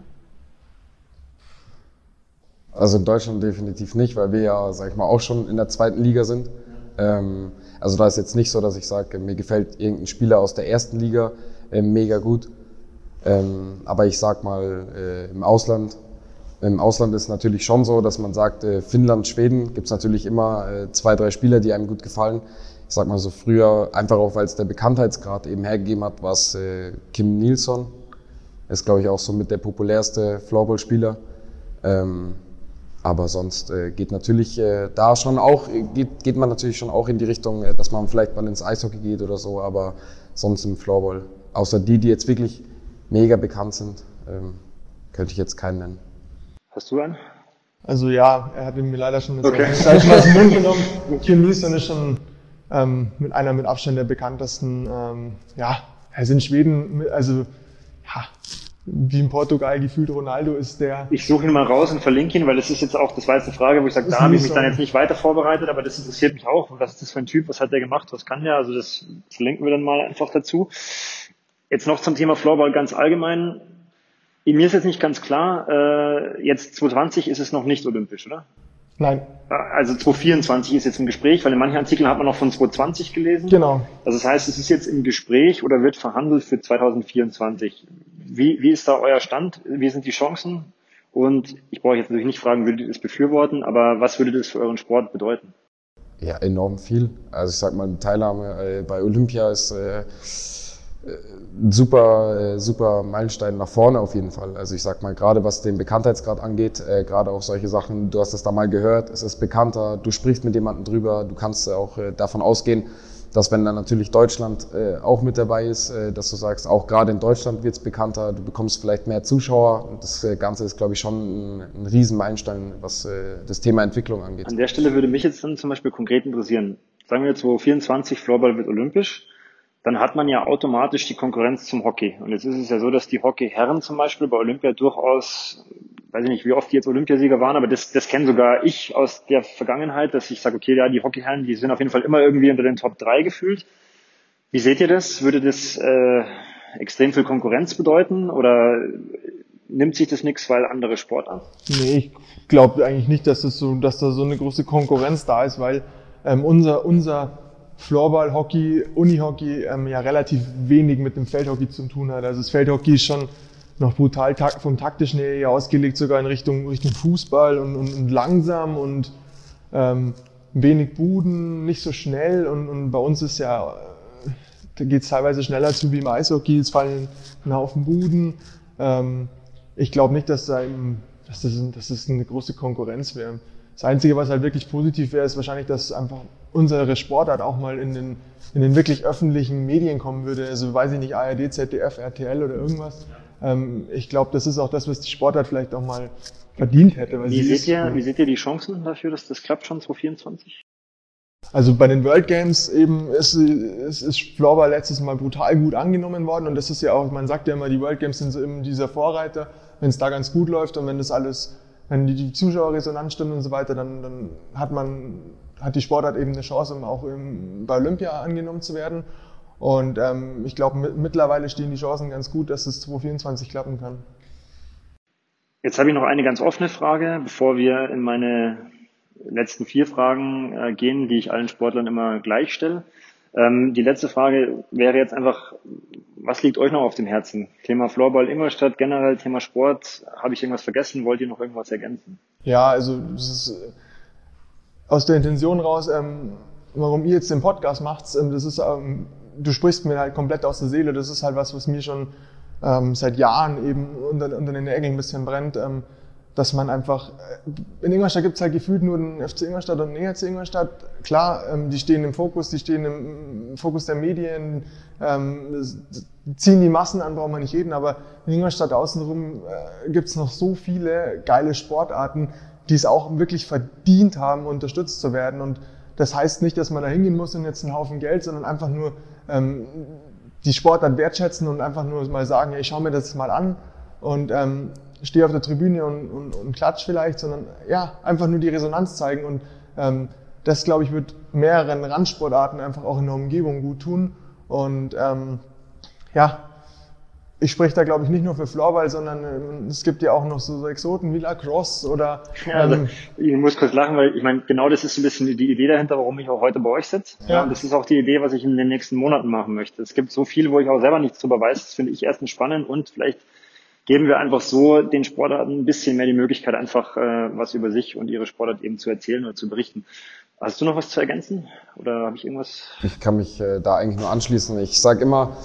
Also in Deutschland definitiv nicht, weil wir ja, sag ich mal, auch schon in der zweiten Liga sind. Ähm, also da ist jetzt nicht so, dass ich sage, mir gefällt irgendein Spieler aus der ersten Liga äh, mega gut. Ähm, aber ich sag mal, äh, im Ausland, im Ausland ist natürlich schon so, dass man sagt, äh, Finnland, Schweden, gibt's natürlich immer äh, zwei, drei Spieler, die einem gut gefallen. Ich sag mal so früher, einfach auch, weil es der Bekanntheitsgrad eben hergegeben hat, war es äh, Kim Nilsson. Ist, glaube ich, auch so mit der populärste Floorball-Spieler. Ähm, aber sonst äh, geht natürlich äh, da schon auch, geht, geht man natürlich schon auch in die Richtung, äh, dass man vielleicht mal ins Eishockey geht oder so, aber sonst im Floorball, außer die, die jetzt wirklich mega bekannt sind, ähm, könnte ich jetzt keinen nennen. Hast du einen? Also ja, er hat ihn mir leider schon okay. aus dem Mund genommen. Kim Nilsson ist schon ähm, mit einer mit Abstand der bekanntesten. Ähm, ja, er ist in Schweden, also ja, wie in Portugal gefühlt Ronaldo ist der. Ich suche ihn mal raus und verlinke ihn, weil das ist jetzt auch, das war jetzt eine Frage, wo ich sage, da habe ich mich dann jetzt nicht weiter vorbereitet, aber das interessiert mich auch. Was ist das für ein Typ? Was hat der gemacht? Was kann der? Also das verlinken wir dann mal einfach dazu. Jetzt noch zum Thema Floorball ganz allgemein. Mir ist jetzt nicht ganz klar, äh, jetzt zwanzig zwanzig ist es noch nicht olympisch, oder? Nein. Also zwanzig vierundzwanzig ist jetzt im Gespräch, weil in manchen Artikeln hat man noch von zwanzig zwanzig gelesen. Genau. Also das heißt, es ist jetzt im Gespräch oder wird verhandelt für zwanzig vierundzwanzig. Wie, wie ist da euer Stand? Wie sind die Chancen? Und ich brauche jetzt natürlich nicht fragen, würdet ihr das befürworten, aber was würde das für euren Sport bedeuten? Ja, enorm viel. Also ich sag mal, die Teilnahme äh, bei Olympia ist äh, ein super, super Meilenstein nach vorne auf jeden Fall. Also ich sag mal, gerade was den Bekanntheitsgrad angeht, äh, gerade auch solche Sachen, du hast es da mal gehört, es ist bekannter, du sprichst mit jemandem drüber, du kannst auch äh, davon ausgehen, dass wenn dann natürlich Deutschland äh, auch mit dabei ist, äh, dass du sagst, auch gerade in Deutschland wird es bekannter, du bekommst vielleicht mehr Zuschauer und das äh, Ganze ist, glaube ich, schon ein, ein Riesenmeilenstein, was äh, das Thema Entwicklung angeht. An der Stelle würde mich jetzt dann zum Beispiel konkret interessieren, sagen wir jetzt, wo vierundzwanzig Floorball wird olympisch, dann hat man ja automatisch die Konkurrenz zum Hockey. Und jetzt ist es ja so, dass die Hockeyherren zum Beispiel bei Olympia durchaus, weiß ich nicht, wie oft die jetzt Olympiasieger waren, aber das, das kenne sogar ich aus der Vergangenheit, dass ich sage, okay, ja, die Hockeyherren, die sind auf jeden Fall immer irgendwie unter den Top drei gefühlt. Wie seht ihr das? Würde das äh, extrem viel Konkurrenz bedeuten oder nimmt sich das nichts, weil andere Sportarten? Nee, ich glaube eigentlich nicht, dass das so, dass da so eine große Konkurrenz da ist, weil ähm, unser, unser Floorball, Hockey, Unihockey ähm, ja relativ wenig mit dem Feldhockey zu tun hat. Also das Feldhockey ist schon noch brutal tak- vom taktischen her eher ausgelegt, sogar in Richtung, Richtung Fußball und, und, und langsam und ähm, wenig Buden, nicht so schnell und, und bei uns ist ja, äh, da geht es teilweise schneller zu wie im Eishockey, es fallen ein Haufen Buden. Ähm, ich glaube nicht, dass, da im, dass, das, dass das eine große Konkurrenz wäre. Das Einzige, was halt wirklich positiv wäre, ist wahrscheinlich, dass einfach unsere Sportart auch mal in den, in den wirklich öffentlichen Medien kommen würde. Also weiß ich nicht, A R D, Z D F, R T L oder irgendwas. Ähm, ich glaube, das ist auch das, was die Sportart vielleicht auch mal verdient hätte. Weil wie, sie seht ist, ihr, wie seht ihr die Chancen dafür, dass das klappt schon zwanzig vierundzwanzig? Also bei den World Games eben ist, ist, ist Floorball letztes Mal brutal gut angenommen worden und das ist ja auch, man sagt ja immer, die World Games sind so eben dieser Vorreiter, wenn es da ganz gut läuft und wenn das alles, wenn die, die Zuschauerresonanz stimmt und so weiter, dann, dann hat man, hat die Sportart eben eine Chance, um auch im, bei Olympia angenommen zu werden. Und ähm, ich glaube, mit, mittlerweile stehen die Chancen ganz gut, dass es zwanzig vierundzwanzig klappen kann. Jetzt habe ich noch eine ganz offene Frage, bevor wir in meine letzten vier Fragen äh, gehen, die ich allen Sportlern immer gleich stelle. Ähm, die letzte Frage wäre jetzt einfach, was liegt euch noch auf dem Herzen? Thema Floorball Ingolstadt, generell Thema Sport. Habe ich irgendwas vergessen? Wollt ihr noch irgendwas ergänzen? Ja, also das ist aus der Intention raus, ähm, warum ihr jetzt den Podcast macht, ähm, das ist, ähm, du sprichst mir halt komplett aus der Seele. Das ist halt was, was mir schon ähm, seit Jahren eben unter, unter den Nägeln ein bisschen brennt. Ähm, dass man einfach, in Ingolstadt gibt es halt gefühlt nur den F C Ingolstadt und den E H C Ingolstadt. Klar, ähm, die stehen im Fokus, die stehen im Fokus der Medien, ähm, ziehen die Massen an, braucht man nicht reden, aber in Ingolstadt außenrum äh, gibt es noch so viele geile Sportarten, die es auch wirklich verdient haben, unterstützt zu werden. Und das heißt nicht, dass man da hingehen muss und jetzt einen Haufen Geld, sondern einfach nur ähm, die Sportart wertschätzen und einfach nur mal sagen, ja, ich schaue mir das mal an und ähm, stehe auf der Tribüne und, und, und klatsch vielleicht, sondern ja, einfach nur die Resonanz zeigen und ähm, das, glaube ich, wird mehreren Randsportarten einfach auch in der Umgebung gut tun und ähm, ja, ich spreche da, glaube ich, nicht nur für Floorball, sondern ähm, es gibt ja auch noch so, so Exoten wie Lacrosse oder ähm, ja, also, ich muss kurz lachen, weil ich meine, genau das ist so ein bisschen die Idee dahinter, warum ich auch heute bei euch sitze. Ja. Ja, und das ist auch die Idee, was ich in den nächsten Monaten machen möchte. Es gibt so viel, wo ich auch selber nichts drüber weiß, das finde ich erstens spannend und vielleicht geben wir einfach so den Sportarten ein bisschen mehr die Möglichkeit, einfach äh, was über sich und ihre Sportart eben zu erzählen oder zu berichten. Hast du noch was zu ergänzen oder habe ich irgendwas? Ich kann mich äh, da eigentlich nur anschließen. Ich sage immer,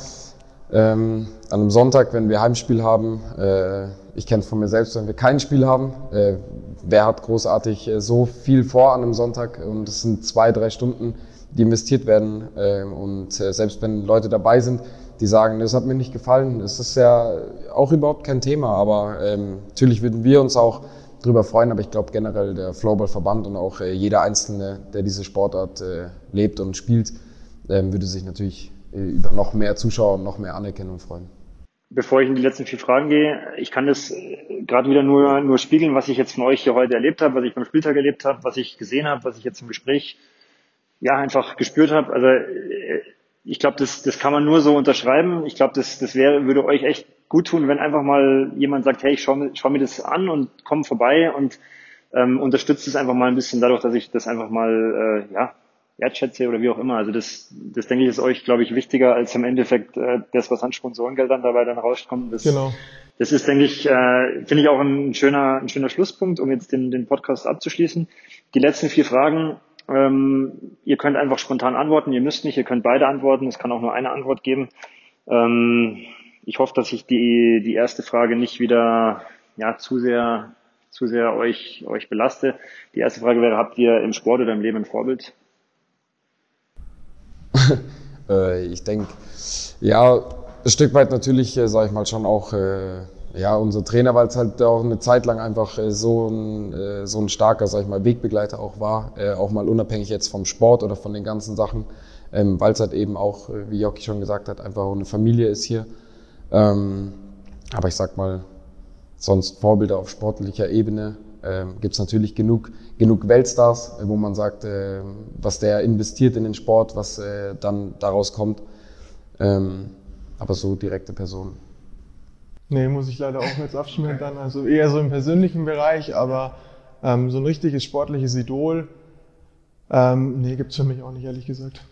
ähm, an einem Sonntag, wenn wir Heimspiel haben, äh, ich kenne es von mir selbst, wenn wir kein Spiel haben, äh, wer hat großartig äh, so viel vor an einem Sonntag und es sind zwei, drei Stunden, die investiert werden äh, und äh, selbst wenn Leute dabei sind, die sagen, das hat mir nicht gefallen, das ist ja auch überhaupt kein Thema, aber ähm, natürlich würden wir uns auch drüber freuen, aber ich glaube generell der Floorball-Verband und auch äh, jeder Einzelne, der diese Sportart äh, lebt und spielt, äh, würde sich natürlich äh, über noch mehr Zuschauer und noch mehr Anerkennung freuen. Bevor ich in die letzten vier Fragen gehe, ich kann das gerade wieder nur, nur spiegeln, was ich jetzt von euch hier heute erlebt habe, was ich beim Spieltag erlebt habe, was ich gesehen habe, was ich jetzt im Gespräch ja einfach gespürt habe. Also ich glaube, das, das kann man nur so unterschreiben. Ich glaube, das, das wäre, würde euch echt gut tun, wenn einfach mal jemand sagt, hey, ich schau mir, schau mir das an und komm vorbei und ähm, unterstützt es einfach mal ein bisschen dadurch, dass ich das einfach mal äh, ja wertschätze oder wie auch immer. Also das, das denke ich, ist euch, glaube ich, wichtiger als im Endeffekt äh, das, was an Sponsorengeldern dabei dann rauskommt. Das, genau. Das ist, denke ich, äh, finde ich auch ein schöner, ein schöner Schlusspunkt, um jetzt den, den Podcast abzuschließen. Die letzten vier Fragen. Ähm, ihr könnt einfach spontan antworten, ihr müsst nicht, ihr könnt beide antworten, es kann auch nur eine Antwort geben. Ähm, ich hoffe, dass ich die, die erste Frage nicht wieder ja, zu sehr, zu sehr euch, euch belaste. Die erste Frage wäre, habt ihr im Sport oder im Leben ein Vorbild? äh, ich denke, ja, ein Stück weit natürlich, äh, sage ich mal, schon auch äh, ja, unser Trainer, weil es halt auch eine Zeit lang einfach äh, so, ein, äh, so ein starker, sag ich mal, Wegbegleiter auch war, äh, auch mal unabhängig jetzt vom Sport oder von den ganzen Sachen, ähm, weil es halt eben auch, äh, wie Jocky schon gesagt hat, einfach auch eine Familie ist hier. Ähm, aber ich sag mal, sonst Vorbilder auf sportlicher Ebene ähm, gibt es natürlich genug, genug Weltstars, äh, wo man sagt, äh, was der investiert in den Sport, was äh, dann daraus kommt. Ähm, aber so direkte Personen. Nee, muss ich leider auch jetzt abschmieren dann. Also eher so im persönlichen Bereich, aber ähm, so ein richtiges sportliches Idol, ähm, nee, gibt's für mich auch nicht, ehrlich gesagt.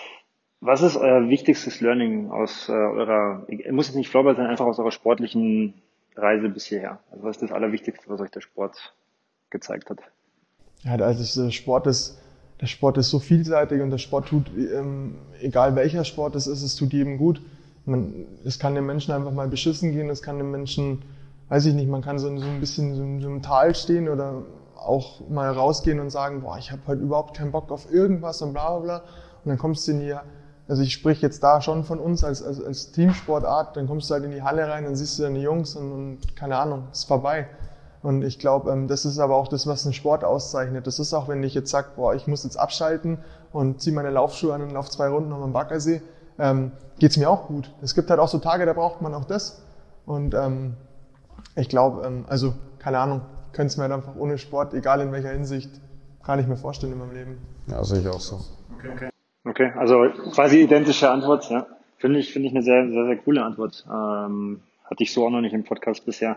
Was ist euer wichtigstes Learning aus äh, eurer, muss jetzt nicht Floorball sein, einfach aus eurer sportlichen Reise bis hierher? Also was ist das Allerwichtigste, was euch der Sport gezeigt hat? Ja, also der Sport ist, der Sport ist so vielseitig und der Sport tut, ähm, egal welcher Sport es ist, es tut jedem gut. Man, es kann dem Menschen einfach mal beschissen gehen, es kann dem Menschen, weiß ich nicht, man kann so, so ein bisschen so in so einem Tal stehen oder auch mal rausgehen und sagen, boah, ich habe heute überhaupt keinen Bock auf irgendwas und bla bla bla. Und dann kommst du in die, also ich spreche jetzt da schon von uns als, als, als Teamsportart, dann kommst du halt in die Halle rein, dann siehst du deine Jungs und, und keine Ahnung, ist vorbei. Und ich glaube, ähm, das ist aber auch das, was einen Sport auszeichnet. Das ist auch, wenn ich jetzt sag, boah, ich muss jetzt abschalten und ziehe meine Laufschuhe an und laufe zwei Runden um den Baggersee, ähm, geht's mir auch gut. Es gibt halt auch so Tage, da braucht man auch das. Und ähm, ich glaube, ähm, also keine Ahnung, könnte es mir halt einfach ohne Sport, egal in welcher Hinsicht, gar nicht mehr vorstellen in meinem Leben. Ja, sehe ich auch so. Okay, okay. Okay, also quasi identische Antwort, ja. Finde ich, finde ich eine sehr, sehr, sehr coole Antwort. Ähm, hatte ich so auch noch nicht im Podcast bisher.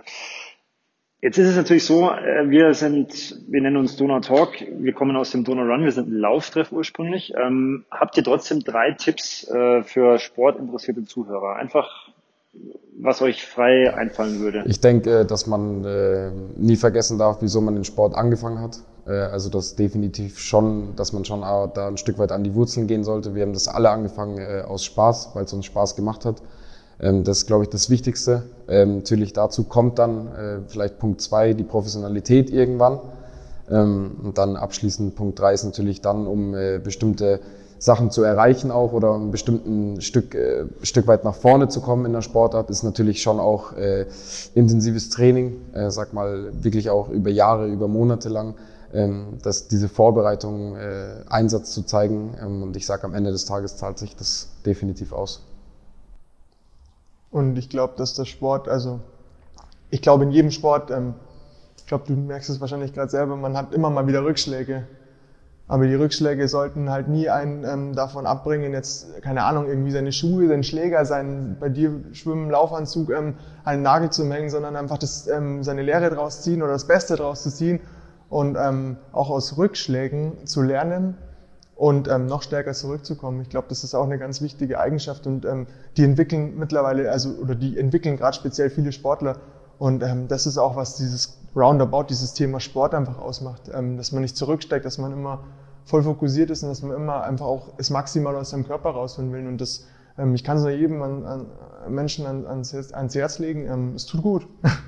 Jetzt ist es natürlich so, äh, wir sind, wir nennen uns Donau Talk, wir kommen aus dem Donau Run, wir sind ein Lauftreff ursprünglich. Ähm, habt ihr trotzdem drei Tipps äh, für sportinteressierte Zuhörer? Einfach, was euch frei einfallen würde. Ich denke, äh, dass man äh, nie vergessen darf, wieso man den Sport angefangen hat. Äh, also das definitiv schon, dass man schon äh, da ein Stück weit an die Wurzeln gehen sollte. Wir haben das alle angefangen äh, aus Spaß, weil es uns Spaß gemacht hat. Ähm, das ist, glaube ich, das Wichtigste. Ähm, natürlich dazu kommt dann äh, vielleicht Punkt zwei, die Professionalität irgendwann. Ähm, und dann abschließend Punkt drei ist natürlich dann, um äh, bestimmte Sachen zu erreichen auch oder ein bestimmtes Stück, äh, Stück weit nach vorne zu kommen in der Sportart, ist natürlich schon auch äh, intensives Training, äh, sag mal wirklich auch über Jahre, über Monate lang, ähm, dass diese Vorbereitung, äh, Einsatz zu zeigen. Ähm, und ich sage, am Ende des Tages zahlt sich das definitiv aus. Und ich glaube, dass der Sport, also ich glaube in jedem Sport, ähm, ich glaube, du merkst es wahrscheinlich gerade selber, man hat immer mal wieder Rückschläge. Aber die Rückschläge sollten halt nie einen ähm, davon abbringen, jetzt, keine Ahnung, irgendwie seine Schuhe, seinen Schläger, seinen, bei dir Schwimmen, Laufanzug, ähm, einen Nagel zu hängen, sondern einfach das, ähm, seine Lehre draus ziehen oder das Beste draus zu ziehen und ähm, auch aus Rückschlägen zu lernen und ähm, noch stärker zurückzukommen. Ich glaube, das ist auch eine ganz wichtige Eigenschaft und ähm, die entwickeln mittlerweile, also oder die entwickeln gerade speziell viele Sportler und ähm, das ist auch, was dieses Roundabout, dieses Thema Sport einfach ausmacht, ähm, dass man nicht zurücksteckt, dass man immer voll fokussiert ist und dass man immer einfach auch das Maximal aus seinem Körper rausholen will und das, ähm, ich kann es nur jedem an, an Menschen an, ans, ans Herz legen, ähm, es tut gut.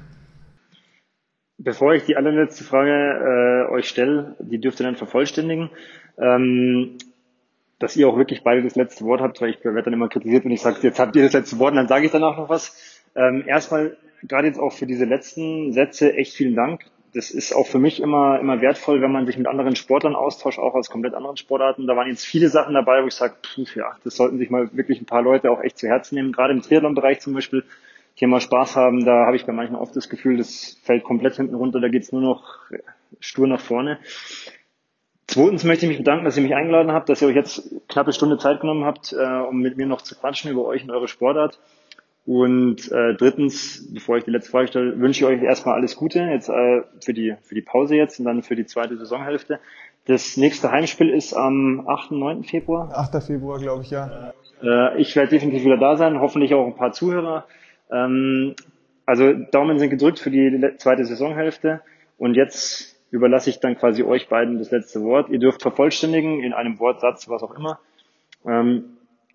Bevor ich die allerletzte Frage äh, euch stelle, die dürft ihr dann vervollständigen, ähm, dass ihr auch wirklich beide das letzte Wort habt, weil ich werde dann immer kritisiert, wenn ich sage, jetzt habt ihr das letzte Wort und dann sage ich danach noch was. Ähm, erstmal, gerade jetzt auch für diese letzten Sätze, echt vielen Dank. Das ist auch für mich immer immer wertvoll, wenn man sich mit anderen Sportlern austauscht, auch aus komplett anderen Sportarten. Da waren jetzt viele Sachen dabei, wo ich sage, ja, das sollten sich mal wirklich ein paar Leute auch echt zu Herzen nehmen. Gerade im Triathlon-Bereich zum Beispiel, Thema Spaß haben, da habe ich bei manchen oft das Gefühl, das fällt komplett hinten runter, da geht's nur noch stur nach vorne. Zweitens möchte ich mich bedanken, dass ihr mich eingeladen habt, dass ihr euch jetzt knappe Stunde Zeit genommen habt, äh, um mit mir noch zu quatschen über euch und eure Sportart. Und äh, drittens, bevor ich die letzte Frage stelle, wünsche ich euch erstmal alles Gute jetzt äh, für die für die Pause jetzt und dann für die zweite Saisonhälfte. Das nächste Heimspiel ist am achten, neunten Februar. achter Februar, glaube ich, ja. Äh, ich werde definitiv wieder da sein, hoffentlich auch ein paar Zuhörer. Ähm, also Daumen sind gedrückt für die le- zweite Saisonhälfte. Und jetzt überlasse ich dann quasi euch beiden das letzte Wort. Ihr dürft vervollständigen in einem Wort, Satz, was auch immer. Ähm,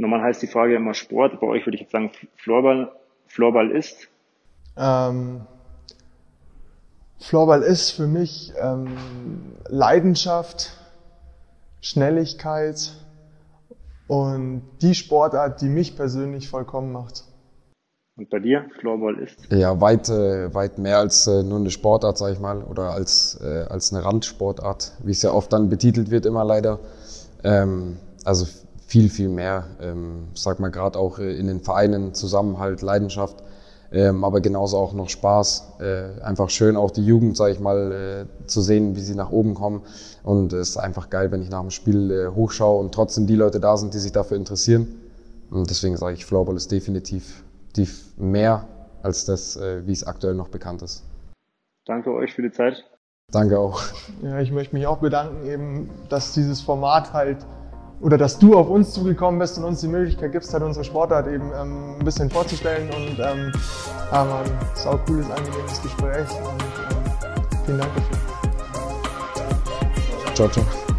normal heißt die Frage immer Sport. Bei euch würde ich jetzt sagen Floorball. Floorball ist? Ähm, Floorball ist für mich ähm, Leidenschaft, Schnelligkeit und die Sportart, die mich persönlich vollkommen macht. Und bei dir, Floorball ist? Ja, weit, äh, weit mehr als äh, nur eine Sportart, sag ich mal, oder als, äh, als eine Randsportart, wie es ja oft dann betitelt wird, immer leider. Ähm, also viel, viel mehr. Ähm, sag mal gerade auch äh, in den Vereinen Zusammenhalt, Leidenschaft, ähm, aber genauso auch noch Spaß. Äh, einfach schön auch die Jugend, sag ich mal, äh, zu sehen, wie sie nach oben kommen. Und es ist einfach geil, wenn ich nach dem Spiel äh, hochschaue und trotzdem die Leute da sind, die sich dafür interessieren. Und deswegen sage ich, Floorball ist definitiv die mehr als das, äh, wie es aktuell noch bekannt ist. Danke euch für die Zeit. Danke auch. Ja, ich möchte mich auch bedanken, eben, dass dieses Format halt, oder dass du auf uns zugekommen bist und uns die Möglichkeit gibst, halt unsere Sportart eben ähm, ein bisschen vorzustellen. Und ähm, ja, war ein sau cooles, angenehmes Gespräch und ähm, vielen Dank dafür. Ciao, ciao.